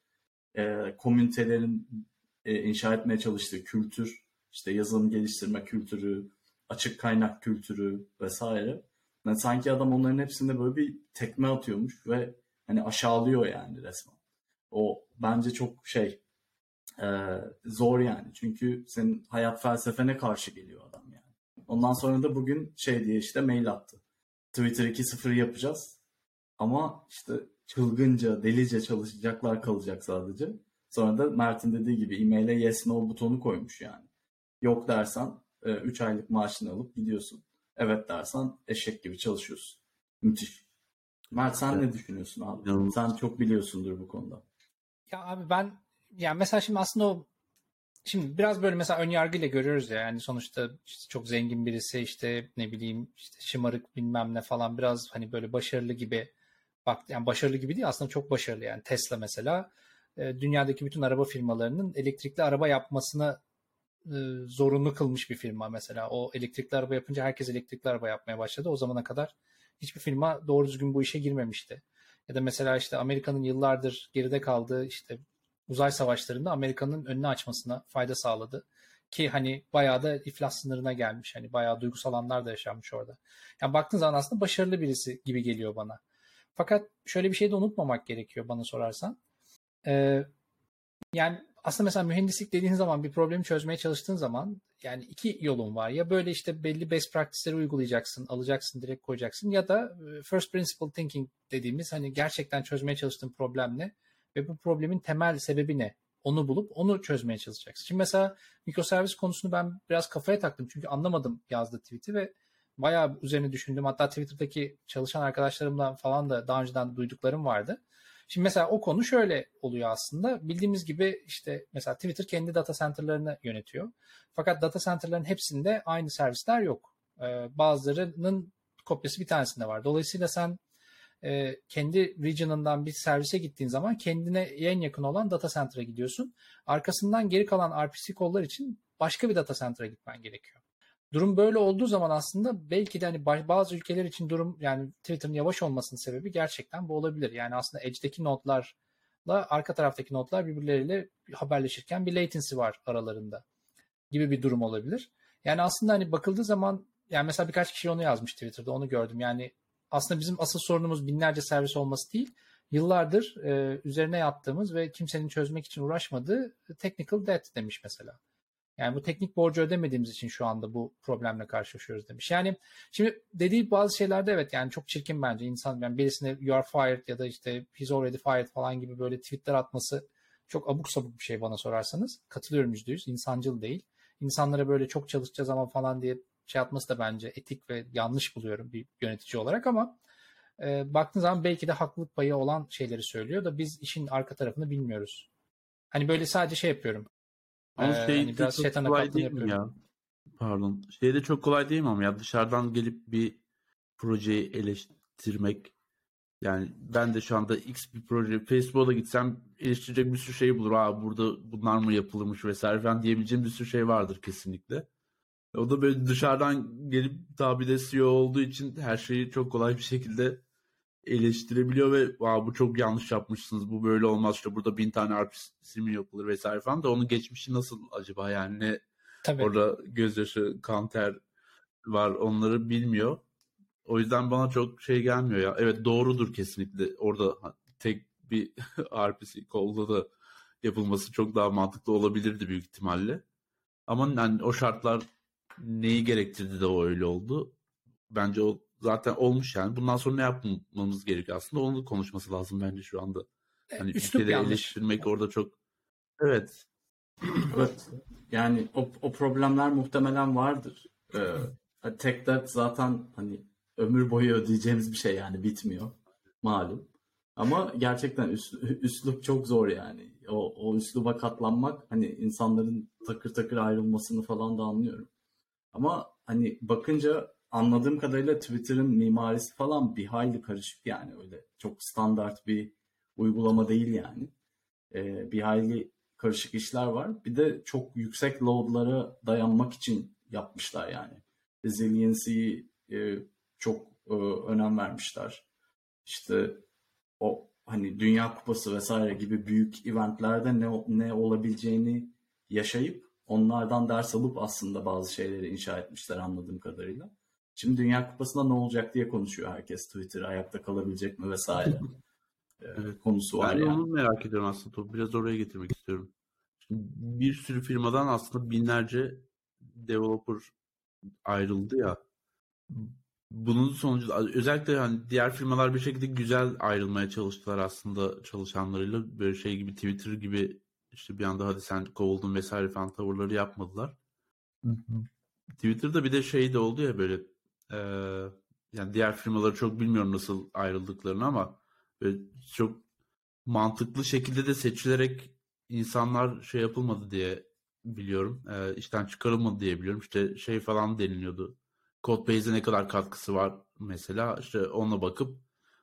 e, komünitelerin e, inşa etmeye çalıştığı kültür, işte yazılım geliştirme kültürü, açık kaynak kültürü vesaire. Yani sanki adam onların hepsinde böyle bir tekme atıyormuş ve hani aşağılıyor yani resmen. O bence çok şey e, zor yani. Çünkü senin hayat felsefene karşı geliyor adam yani. Ondan sonra da bugün şey diye işte mail attı. Twitter iki nokta sıfır yapacağız. Ama işte çılgınca, delice çalışacaklar kalacak sadece. Sonra da Mert'in dediği gibi e-mail'e yes no butonu koymuş yani. Yok dersen üç aylık maaşını alıp gidiyorsun. Evet dersen eşek gibi çalışıyorsun. Müthiş. Mert sen Evet. ne düşünüyorsun abi? İnanılmaz. Sen çok biliyorsundur bu konuda. Ya abi ben yani mesela şimdi aslında o şimdi biraz böyle mesela ön yargıyla görüyoruz ya yani sonuçta işte çok zengin birisi işte ne bileyim işte şımarık bilmem ne falan biraz hani böyle başarılı gibi bak yani başarılı gibi değil aslında çok başarılı yani Tesla mesela e, dünyadaki bütün araba firmalarının elektrikli araba yapmasını e, zorunlu kılmış bir firma mesela. O elektrikli araba yapınca herkes elektrikli araba yapmaya başladı. O zamana kadar hiçbir firma doğru düzgün bu işe girmemişti. Ya da mesela işte Amerika'nın yıllardır geride kaldığı işte uzay savaşlarında Amerika'nın önünü açmasına fayda sağladı. Ki hani bayağı da iflas sınırına gelmiş. Hani bayağı duygusal anlar da yaşanmış orada. Yani baktığın zaman aslında başarılı birisi gibi geliyor bana. Fakat şöyle bir şey de unutmamak gerekiyor bana sorarsan. Ee, yani aslında mesela mühendislik dediğin zaman bir problemi çözmeye çalıştığın zaman yani iki yolun var. Ya böyle işte belli best practice'leri uygulayacaksın, alacaksın, direkt koyacaksın ya da first principle thinking dediğimiz hani gerçekten çözmeye çalıştığın problem ne ve bu problemin temel sebebi ne? Onu bulup onu çözmeye çalışacaksın. Şimdi mesela mikroservis konusunu ben biraz kafaya taktım çünkü anlamadım yazdığı tweet'i ve bayağı üzerine düşündüm. Hatta Twitter'daki çalışan arkadaşlarımdan falan da daha önceden duyduklarım vardı. Şimdi mesela o konu şöyle oluyor aslında. Bildiğimiz gibi işte mesela Twitter kendi data center'larını yönetiyor. Fakat data center'ların hepsinde aynı servisler yok. Ee, bazılarının kopyası bir tanesinde var. Dolayısıyla sen e, kendi region'ından bir servise gittiğin zaman kendine en yakın olan data center'a gidiyorsun. Arkasından geri kalan R P C call'lar için başka bir data center'a gitmen gerekiyor. Durum böyle olduğu zaman aslında belki de hani bazı ülkeler için durum yani Twitter'ın yavaş olmasının sebebi gerçekten bu olabilir. Yani aslında Edge'deki nodlarla arka taraftaki nodlar birbirleriyle haberleşirken bir latency var aralarında gibi bir durum olabilir. Yani aslında hani bakıldığı zaman yani mesela birkaç kişi onu yazmış Twitter'da onu gördüm. Yani aslında bizim asıl sorunumuz binlerce servis olması değil. Yıllardır e, üzerine yattığımız ve kimsenin çözmek için uğraşmadığı technical debt demiş mesela. Yani bu teknik borcu ödemediğimiz için şu anda bu problemle karşılaşıyoruz demiş. Yani şimdi dediği bazı şeylerde evet yani çok çirkin bence insan yani birisine you are fired ya da işte he's already fired falan gibi böyle tweetler atması çok abuk sabuk bir şey bana sorarsanız. Katılıyorum yüzde yüz. İnsancıl değil. İnsanlara böyle çok çalışacağız ama falan diye şey atması da bence etik ve yanlış buluyorum bir yönetici olarak ama e, baktığın zaman belki de haklılık payı olan şeyleri söylüyor da biz işin arka tarafını bilmiyoruz. Hani böyle sadece şey yapıyorum. Ee, Ama şey hani biraz çok şeytan kolay akatlığını değil mi yapıyorum. ya? Pardon. Şey de çok kolay değil mi ama ya dışarıdan gelip bir projeyi eleştirmek. Yani ben de şu anda X bir proje Facebook'a da gitsem eleştirecek bir sürü şey bulur. Aa burada bunlar mı yapılmış vesaire falan diyebileceğim bir sürü şey vardır kesinlikle. O da böyle dışarıdan gelip tabi de C E O olduğu için her şeyi çok kolay bir şekilde eleştirebiliyor ve Aa, bu çok yanlış yapmışsınız, bu böyle olmaz, işte burada bin tane R P C mi yapılır vesaire falan da onun geçmişi nasıl acaba, yani ne Tabii. orada gözyaşı, kan ter var, onları bilmiyor. O yüzden bana çok şey gelmiyor ya. Evet, doğrudur kesinlikle. Orada tek bir R P C kolda da yapılması çok daha mantıklı olabilirdi büyük ihtimalle. Ama yani o şartlar neyi gerektirdi de o öyle oldu. Bence o zaten olmuş yani. Bundan sonra ne yapmamız gerekiyor aslında? Onu konuşması lazım bence şu anda. Hani Üslup ülkeleri yanlış. eleştirmek orada çok... Evet. Evet. Yani o, o problemler muhtemelen vardır. Ee, Tek dert zaten hani ömür boyu ödeyeceğimiz bir şey, yani bitmiyor. Malum. Ama gerçekten üs, üslup çok zor yani. O, o üsluba katlanmak, hani insanların takır takır ayrılmasını falan da anlıyorum. Ama hani bakınca anladığım kadarıyla Twitter'ın mimarisi falan bir hayli karışık, yani öyle çok standart bir uygulama değil yani. Ee, bir hayli karışık işler var. Bir de çok yüksek loadlara dayanmak için yapmışlar yani. Resiliency'yi e, çok e, önem vermişler. İşte o hani Dünya Kupası vesaire gibi büyük eventlerde ne ne olabileceğini yaşayıp onlardan ders alıp aslında bazı şeyleri inşa etmişler anladığım kadarıyla. Şimdi Dünya Kupası'nda ne olacak diye konuşuyor herkes. Twitter ayakta kalabilecek mi vesaire e, Evet. konusu var Ben de yani. onu merak ediyorum aslında. Topu biraz oraya getirmek istiyorum. Şimdi bir sürü firmadan aslında binlerce developer ayrıldı ya. Bunun sonucu özellikle hani diğer firmalar bir şekilde güzel ayrılmaya çalıştılar aslında çalışanlarıyla. Böyle şey gibi, Twitter gibi işte bir anda hadi sen kovuldun vesaire falan tavırları yapmadılar. Twitter'da bir de şey de oldu ya böyle, e, yani diğer firmaları çok bilmiyorum nasıl ayrıldıklarını ama böyle çok mantıklı şekilde de seçilerek insanlar şey yapılmadı diye biliyorum. E, işten çıkarılmadı diye biliyorum. İşte şey falan deniliyordu. Codebase'e ne kadar katkısı var mesela, işte ona bakıp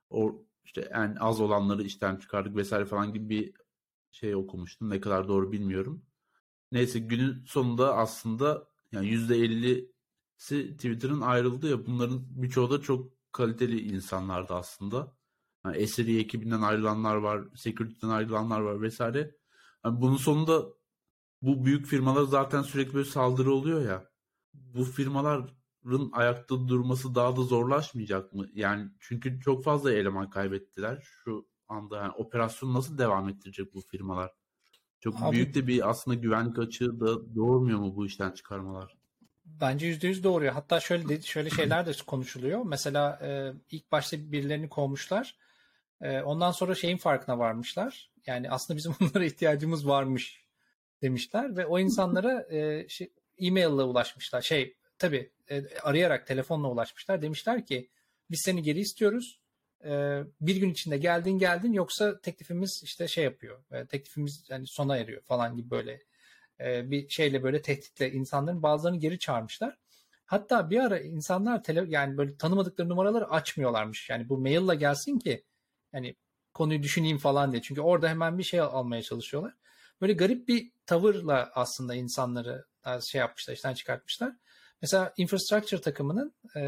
o işte en az olanları işten çıkardık vesaire falan gibi bir şey okumuştum. Ne kadar doğru bilmiyorum. Neyse, günün sonunda aslında yani yüzde ellisi Twitter'ın ayrıldı ya, bunların birçoğu da çok kaliteli insanlardı aslında. Yani S R E ekibinden ayrılanlar var, security'den ayrılanlar var vesaire. Yani bunun sonunda bu büyük firmalar zaten sürekli böyle saldırı oluyor ya. Bu firmaların ayakta durması daha da zorlaşmayacak mı? Yani çünkü çok fazla eleman kaybettiler. Şu anda yani operasyonu nasıl devam ettirecek bu firmalar? Çok Abi büyük de bir aslında güvenlik açığı da doğurmuyor mu bu işten çıkarmalar? bence yüzde yüz doğruyor. Hatta şöyle de- şöyle şeyler de konuşuluyor. Mesela e, ilk başta birilerini kovmuşlar. E, ondan sonra şeyin farkına varmışlar. Yani aslında bizim onlara ihtiyacımız varmış demişler ve o insanlara e, şey, e-mail ile ulaşmışlar. Şey tabii e, arayarak telefonla ulaşmışlar. Demişler ki biz seni geri istiyoruz. E, bir gün içinde geldin geldin yoksa teklifimiz işte şey yapıyor. E, teklifimiz yani sona eriyor falan gibi böyle e, bir şeyle böyle tehditle insanların bazılarını geri çağırmışlar. Hatta bir ara insanlar tele, yani böyle tanımadıkları numaraları açmıyorlarmış. Yani bu maille gelsin ki yani konuyu düşüneyim falan diye. Çünkü orada hemen bir şey almaya çalışıyorlar. Böyle garip bir tavırla aslında insanları şey yapmışlar, işten çıkartmışlar. Mesela infrastructure takımının e,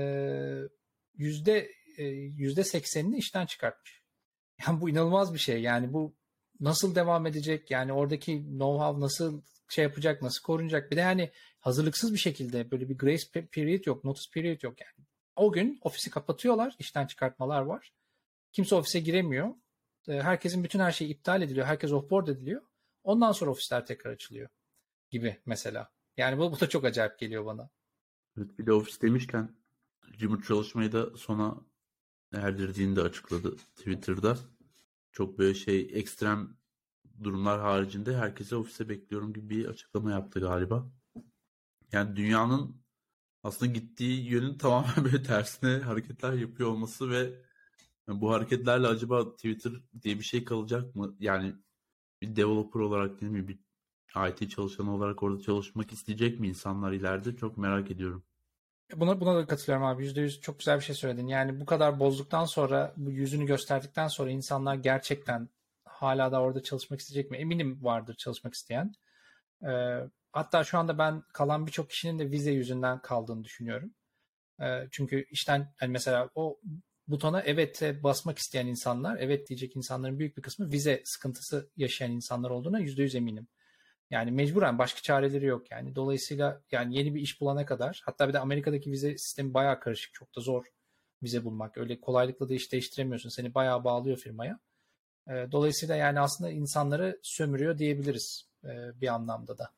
yüzde e, yüzde seksenini işten çıkartmış. Yani bu inanılmaz bir şey. Yani bu nasıl devam edecek? Yani oradaki know-how nasıl şey yapacak, nasıl korunacak? Bir de hani hazırlıksız bir şekilde böyle bir grace period yok, notice period yok yani. O gün ofisi kapatıyorlar, işten çıkartmalar var. Kimse ofise giremiyor. Herkesin bütün her şeyi iptal ediliyor. Herkes offboard ediliyor. Ondan sonra ofisler tekrar açılıyor gibi mesela. Yani bu, bu da çok acayip geliyor bana. Evet, bir de ofis demişken remote çalışmayı da sona erdirdiğini de açıkladı Twitter'da. Çok böyle şey ekstrem durumlar haricinde herkese ofise bekliyorum gibi bir açıklama yaptı galiba. Yani dünyanın aslında gittiği yönün tamamen böyle tersine hareketler yapıyor olması ve bu hareketlerle acaba Twitter diye bir şey kalacak mı? Yani bir developer olarak değil mi? Bir I T çalışanı olarak orada çalışmak isteyecek mi insanlar ileride? Çok merak ediyorum. Buna, buna da katılıyorum abi. Yüzde yüz çok güzel bir şey söyledin. Yani bu kadar bozduktan sonra, bu yüzünü gösterdikten sonra insanlar gerçekten hala da orada çalışmak isteyecek mi? Eminim vardır çalışmak isteyen. Ee, hatta şu anda ben kalan birçok kişinin de vize yüzünden kaldığını düşünüyorum. Ee, çünkü işten hani mesela o butona evet'e basmak isteyen insanlar, evet diyecek insanların büyük bir kısmı vize sıkıntısı yaşayan insanlar olduğuna yüzde yüz eminim. Yani mecburen başka çareleri yok yani. Dolayısıyla yani yeni bir iş bulana kadar, hatta bir de Amerika'daki vize sistemi bayağı karışık. Çok da zor vize bulmak. Öyle kolaylıkla da iş değiştiremiyorsun. Seni bayağı bağlıyor firmaya. E, dolayısıyla yani aslında insanları sömürüyor diyebiliriz e, bir anlamda da.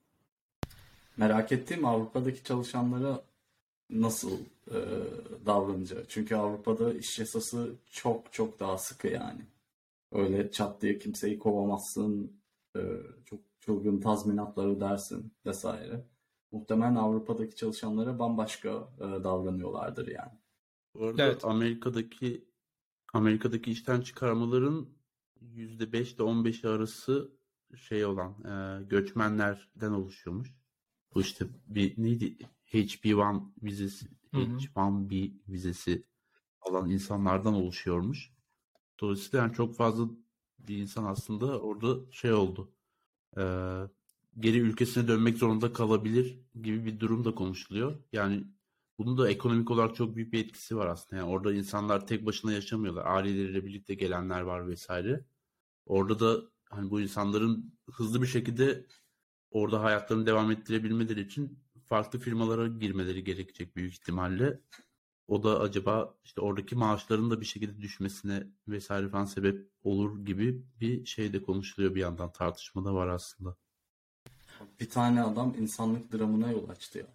Merak ettiğim Avrupa'daki çalışanlara nasıl e, davranacak? Çünkü Avrupa'da iş yasası çok çok daha sıkı yani. Öyle çat diye kimseyi kovamazsın, e, çok çılgın tazminatlar ödersin vesaire. Muhtemelen Avrupa'daki çalışanlara bambaşka e, davranıyorlardır yani. Bu arada Evet. Amerika'daki Amerika'daki işten çıkarmaların yüzde beş ile on beşi arası şey olan e, göçmenlerden oluşuyormuş. Bu işte bir neydi? H B bir vizesi, Hı hı. H bir B vizesi alan insanlardan oluşuyormuş. Dolayısıyla yani çok fazla bir insan aslında orada şey oldu. E, geri ülkesine dönmek zorunda kalabilir gibi bir durum da konuşuluyor. Yani bunun da ekonomik olarak çok büyük bir etkisi var aslında. Yani orada insanlar tek başına yaşamıyorlar. Aileleriyle birlikte gelenler var vesaire. Orada da hani bu insanların hızlı bir şekilde orada hayatlarını devam ettirebilmeleri için farklı firmalara girmeleri gerekecek büyük ihtimalle. O da acaba işte oradaki maaşların da bir şekilde düşmesine vesaire falan sebep olur gibi bir şey de konuşuluyor, bir yandan tartışmada var aslında. Bir tane adam insanlık dramına yol açtı ya.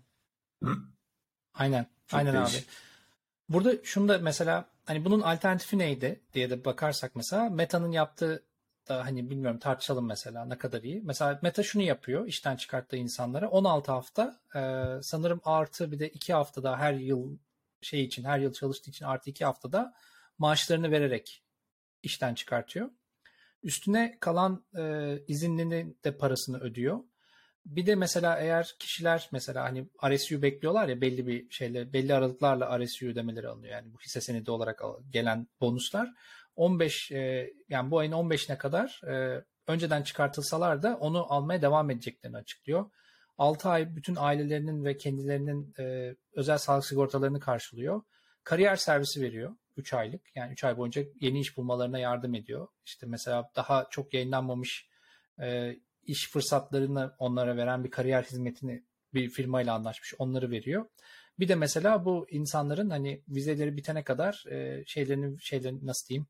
Aynen. Çok Aynen abi. değişik. Burada şunu da mesela hani bunun alternatifi neydi diye de bakarsak mesela Meta'nın yaptığı da hani bilmiyorum tartışalım mesela ne kadar iyi. Mesela Meta şunu yapıyor işten çıkarttığı insanlara on altı hafta e, sanırım artı bir de iki hafta daha her yıl şey için her yıl çalıştığı için artı iki haftada maaşlarını vererek işten çıkartıyor. Üstüne kalan e, izinlinin de parasını ödüyor. Bir de mesela eğer kişiler mesela hani R S U bekliyorlar ya belli bir şeyle belli aralıklarla R S U ödemeleri alınıyor. Yani bu hisse senedi olarak gelen bonuslar on beş e, yani bu ayın on beşine kadar e, önceden çıkartılsalar da onu almaya devam edeceklerini açıklıyor. altı ay bütün ailelerinin ve kendilerinin e, özel sağlık sigortalarını karşılıyor. Kariyer servisi veriyor üç aylık. Yani üç ay boyunca yeni iş bulmalarına yardım ediyor. İşte mesela daha çok yayınlanmamış e, iş fırsatlarını onlara veren bir kariyer hizmetini bir firmayla anlaşmış. Onları veriyor. Bir de mesela bu insanların hani vizeleri bitene kadar e, şeylerini şeylerini nasıl diyeyim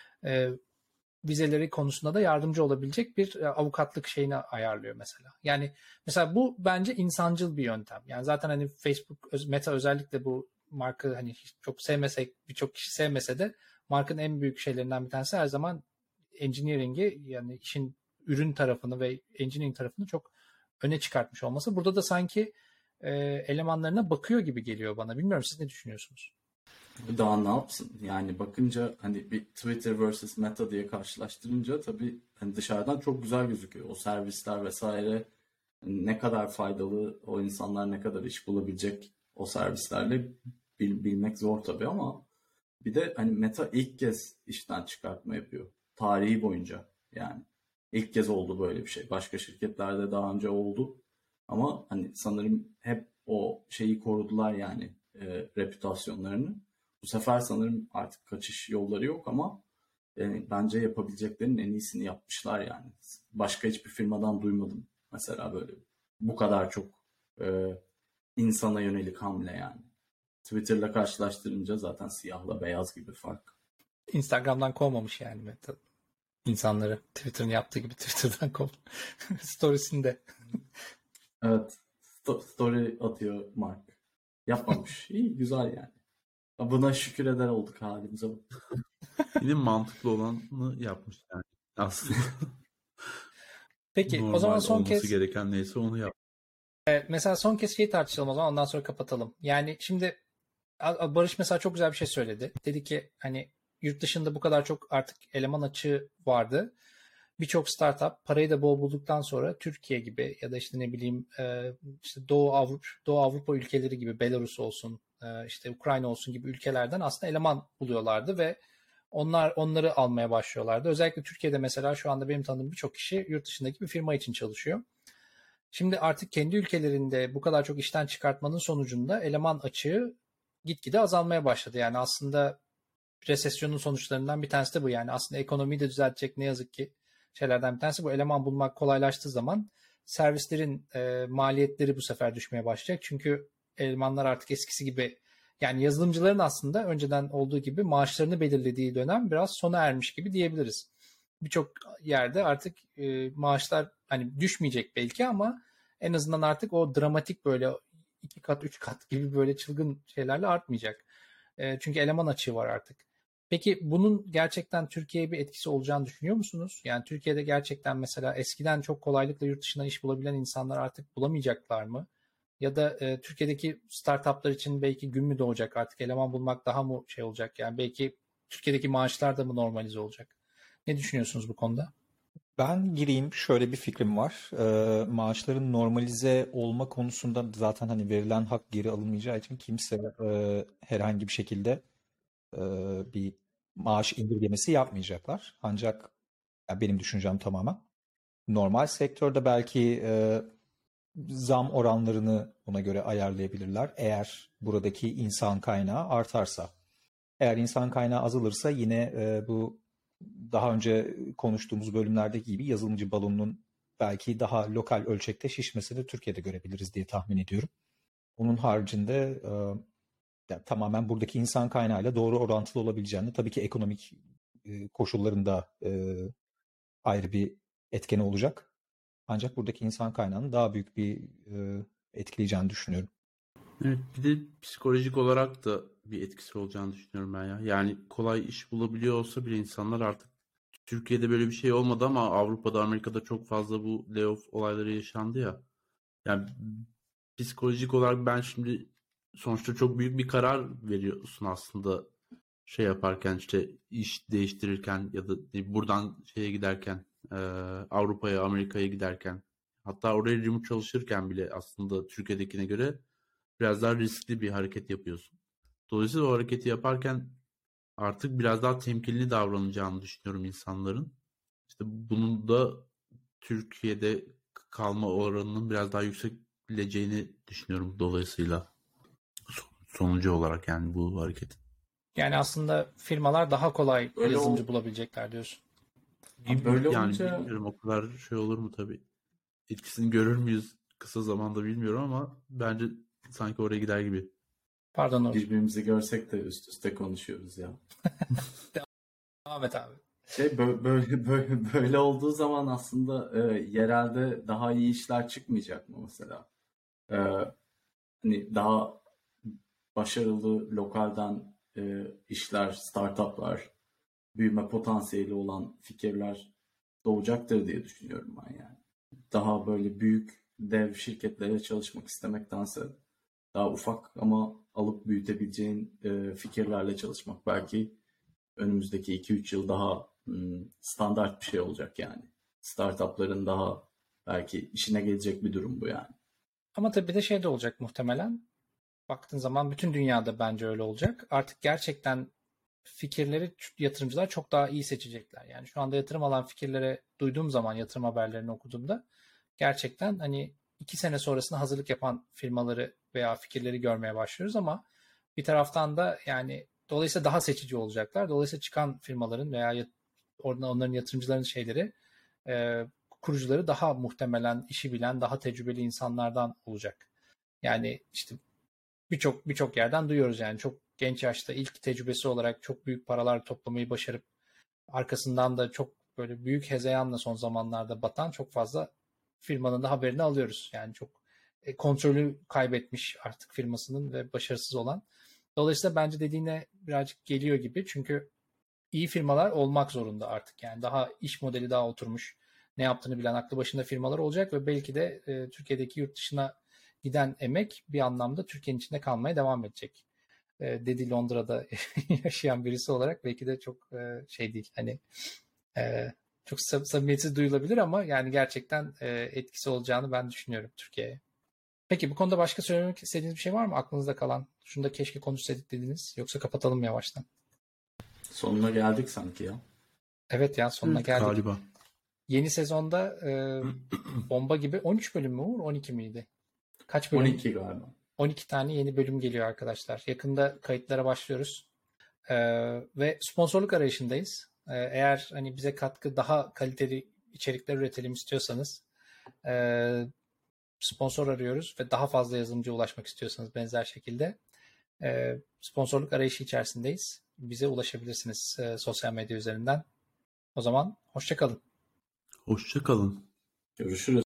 e, vizeleri konusunda da yardımcı olabilecek bir e, avukatlık şeyini ayarlıyor mesela. Yani mesela bu bence insancıl bir yöntem. Yani zaten hani Facebook, Meta özellikle bu markı hani hiç çok sevmesek, birçok kişi sevmese de markanın en büyük şeylerinden bir tanesi her zaman engineering'i yani işin ürün tarafını ve engineering tarafını çok öne çıkartmış olması. Burada da sanki e, elemanlarına bakıyor gibi geliyor bana. Bilmiyorum siz ne düşünüyorsunuz? Daha ne yapsın? Yani bakınca hani bir Twitter versus Meta diye karşılaştırınca tabii hani dışarıdan çok güzel gözüküyor. O servisler vesaire ne kadar faydalı, o insanlar ne kadar iş bulabilecek o servislerle bil- bilmek zor tabii ama bir de hani Meta ilk kez işten çıkartma yapıyor. Tarihi boyunca yani. İlk kez oldu böyle bir şey. Başka şirketlerde daha önce oldu. Ama hani sanırım hep o şeyi korudular yani e, reputasyonlarını. Bu sefer sanırım artık kaçış yolları yok ama yani bence yapabileceklerinin en iyisini yapmışlar yani. Başka hiçbir firmadan duymadım mesela böyle bu kadar çok e, insana yönelik hamle yani. Twitter'la karşılaştırınca zaten siyahla beyaz gibi fark. Instagram'dan kovmamış yani Meta insanları. Twitter'ın yaptığı gibi Twitter'dan kov. Storiesinde. Evet. sto- Story atıyor Mark. Yapmamış. İyi, güzel yani. Buna şükür eder olduk halimize. Yine mantıklı olanı yapmış yani aslında. Peki o zaman Normal son olması kez gereken neyse onu yap. e, mesela son kez şeyi tartışalım o zaman ondan sonra kapatalım. Yani şimdi Barış mesela çok güzel bir şey söyledi. Dedi ki hani yurt dışında bu kadar çok artık eleman açığı vardı. birçok startup parayı da bol bulduktan sonra Türkiye gibi ya da işte ne bileyim e, işte Doğu Avrupa, Doğu Avrupa ülkeleri gibi Belarus olsun, e, işte Ukrayna olsun gibi ülkelerden aslında eleman buluyorlardı ve onlar onları almaya başlıyorlardı. Özellikle Türkiye'de mesela şu anda benim tanıdığım birçok kişi yurt dışındaki bir firma için çalışıyor. Şimdi artık kendi ülkelerinde bu kadar çok işten çıkartmanın sonucunda eleman açığı gitgide azalmaya başladı. Yani aslında resesyonun sonuçlarından bir tanesi de bu. Yani aslında ekonomiyi de düzeltecek ne yazık ki şeylerden bir tanesi bu. Eleman bulmak kolaylaştığı zaman servislerin e, maliyetleri bu sefer düşmeye başlayacak. Çünkü elemanlar artık eskisi gibi, yani yazılımcıların aslında önceden olduğu gibi maaşlarını belirlediği dönem biraz sona ermiş gibi diyebiliriz. Birçok yerde artık e, maaşlar hani düşmeyecek belki ama en azından artık o dramatik böyle iki kat üç kat gibi böyle çılgın şeylerle artmayacak. E, çünkü eleman açığı var artık. Peki bunun gerçekten Türkiye'ye bir etkisi olacağını düşünüyor musunuz? Yani Türkiye'de gerçekten mesela eskiden çok kolaylıkla yurt dışına iş bulabilen insanlar artık bulamayacaklar mı? Ya da e, Türkiye'deki startuplar için belki gün mü doğacak, artık eleman bulmak daha mı şey olacak? Yani belki Türkiye'deki maaşlar da mı normalize olacak? Ne düşünüyorsunuz bu konuda? Ben gireyim. Şöyle bir fikrim var. Ee, maaşların normalize olma konusunda zaten hani verilen hak geri alınmayacağı için kimse e, herhangi bir şekilde e, bir maaş indirgemesi yapmayacaklar. Ancak ya benim düşüncem tamamen. Normal sektörde belki e, zam oranlarını ona göre ayarlayabilirler. Eğer buradaki insan kaynağı artarsa. Eğer insan kaynağı azalırsa yine e, bu daha önce konuştuğumuz bölümlerdeki gibi yazılımcı balonunun belki daha lokal ölçekte şişmesini Türkiye'de görebiliriz diye tahmin ediyorum. Onun haricinde e, yani tamamen buradaki insan kaynağıyla doğru orantılı olabileceğini, tabii ki ekonomik e, koşullarında e, ayrı bir etkeni olacak. Ancak buradaki insan kaynağının daha büyük bir e, etkileyeceğini düşünüyorum. Evet, bir de psikolojik olarak da bir etkisi olacağını düşünüyorum ben ya. Yani kolay iş bulabiliyor olsa bile insanlar artık, Türkiye'de böyle bir şey olmadı ama Avrupa'da, Amerika'da çok fazla bu layoff olayları yaşandı ya. Yani psikolojik olarak ben şimdi, sonuçta çok büyük bir karar veriyorsun aslında, şey yaparken, işte iş değiştirirken ya da buradan şeye giderken, e, Avrupa'ya, Amerika'ya giderken, hatta oraya remote çalışırken bile aslında Türkiye'dekine göre biraz daha riskli bir hareket yapıyorsun. Dolayısıyla o hareketi yaparken artık biraz daha temkinli davranacağını düşünüyorum insanların. İşte bunun da Türkiye'de kalma oranının biraz daha yükseleceğini düşünüyorum dolayısıyla, sonucu olarak yani bu hareketin. Yani aslında firmalar daha kolay Öyle yazılımcı ol- bulabilecekler diyorsun. Abi Gibi, böyle yani olunca bilmiyorum, o kadar şey olur mu tabii. Etkisini görür müyüz kısa zamanda bilmiyorum ama bence sanki oraya gider gibi. Pardon Uğur. birbirimizi görsek de üst üste konuşuyoruz ya. Devam et abi. Şey bö- böyle böyle böyle olduğu zaman aslında e, yerelde daha iyi işler çıkmayacak mı mesela? E, Hani daha başarılı lokalden e, işler, startuplar, büyüme potansiyeli olan fikirler doğacaktır diye düşünüyorum ben yani. Daha böyle büyük dev şirketlere çalışmak istemektense daha ufak ama alıp büyütebileceğin e, fikirlerle çalışmak belki önümüzdeki iki üç yıl daha hmm, standart bir şey olacak yani. Startupların daha belki işine gelecek bir durum bu yani. Ama tabii bir de şey de olacak muhtemelen. Baktığın zaman bütün dünyada bence öyle olacak. Artık gerçekten fikirleri yatırımcılar çok daha iyi seçecekler. Yani şu anda yatırım alan fikirlere duyduğum zaman, yatırım haberlerini okuduğumda gerçekten hani iki sene sonrasında hazırlık yapan firmaları veya fikirleri görmeye başlıyoruz ama bir taraftan da yani dolayısıyla daha seçici olacaklar. Dolayısıyla çıkan firmaların veya orada onların yatırımcıların şeyleri, e, kurucuları daha muhtemelen işi bilen, daha tecrübeli insanlardan olacak. Yani işte birçok birçok yerden duyuyoruz yani çok genç yaşta ilk tecrübesi olarak çok büyük paralar toplamayı başarıp arkasından da çok böyle büyük hezeyanla son zamanlarda batan çok fazla firmanın da haberini alıyoruz. Yani çok e, kontrolü kaybetmiş artık firmasının ve başarısız olan. Dolayısıyla bence dediğine birazcık geliyor gibi. Çünkü iyi firmalar olmak zorunda artık. Yani daha iş modeli daha oturmuş, ne yaptığını bilen aklı başında firmalar olacak ve belki de e, Türkiye'deki yurt dışına giden emek bir anlamda Türkiye'nin içinde kalmaya devam edecek. E, dedi Londra'da yaşayan birisi olarak belki de çok e, şey değil. Hani e, çok sam- samimiyetsiz duyulabilir ama yani gerçekten e, etkisi olacağını ben düşünüyorum Türkiye'ye. Peki bu konuda başka söylemek istediğiniz bir şey var mı? Aklınızda kalan. Şunu da keşke konuşsaydık dediniz. Yoksa kapatalım yavaştan. Sonuna geldik sanki ya. Evet ya sonuna Evet, geldik. galiba. Yeni sezonda e, bomba gibi on üç bölüm mü Uğur? on iki miydi? Kaç bölüm? on iki galiba. on iki tane yeni bölüm geliyor arkadaşlar. Yakında kayıtlara başlıyoruz. E, ve sponsorluk arayışındayız. E, eğer hani bize katkı daha kaliteli içerikler üretelim istiyorsanız e, sponsor arıyoruz ve daha fazla yazılımcıya ulaşmak istiyorsanız benzer şekilde e, sponsorluk arayışı içerisindeyiz. Bize ulaşabilirsiniz e, sosyal medya üzerinden. O zaman hoşça kalın. Hoşça kalın. Görüşürüz.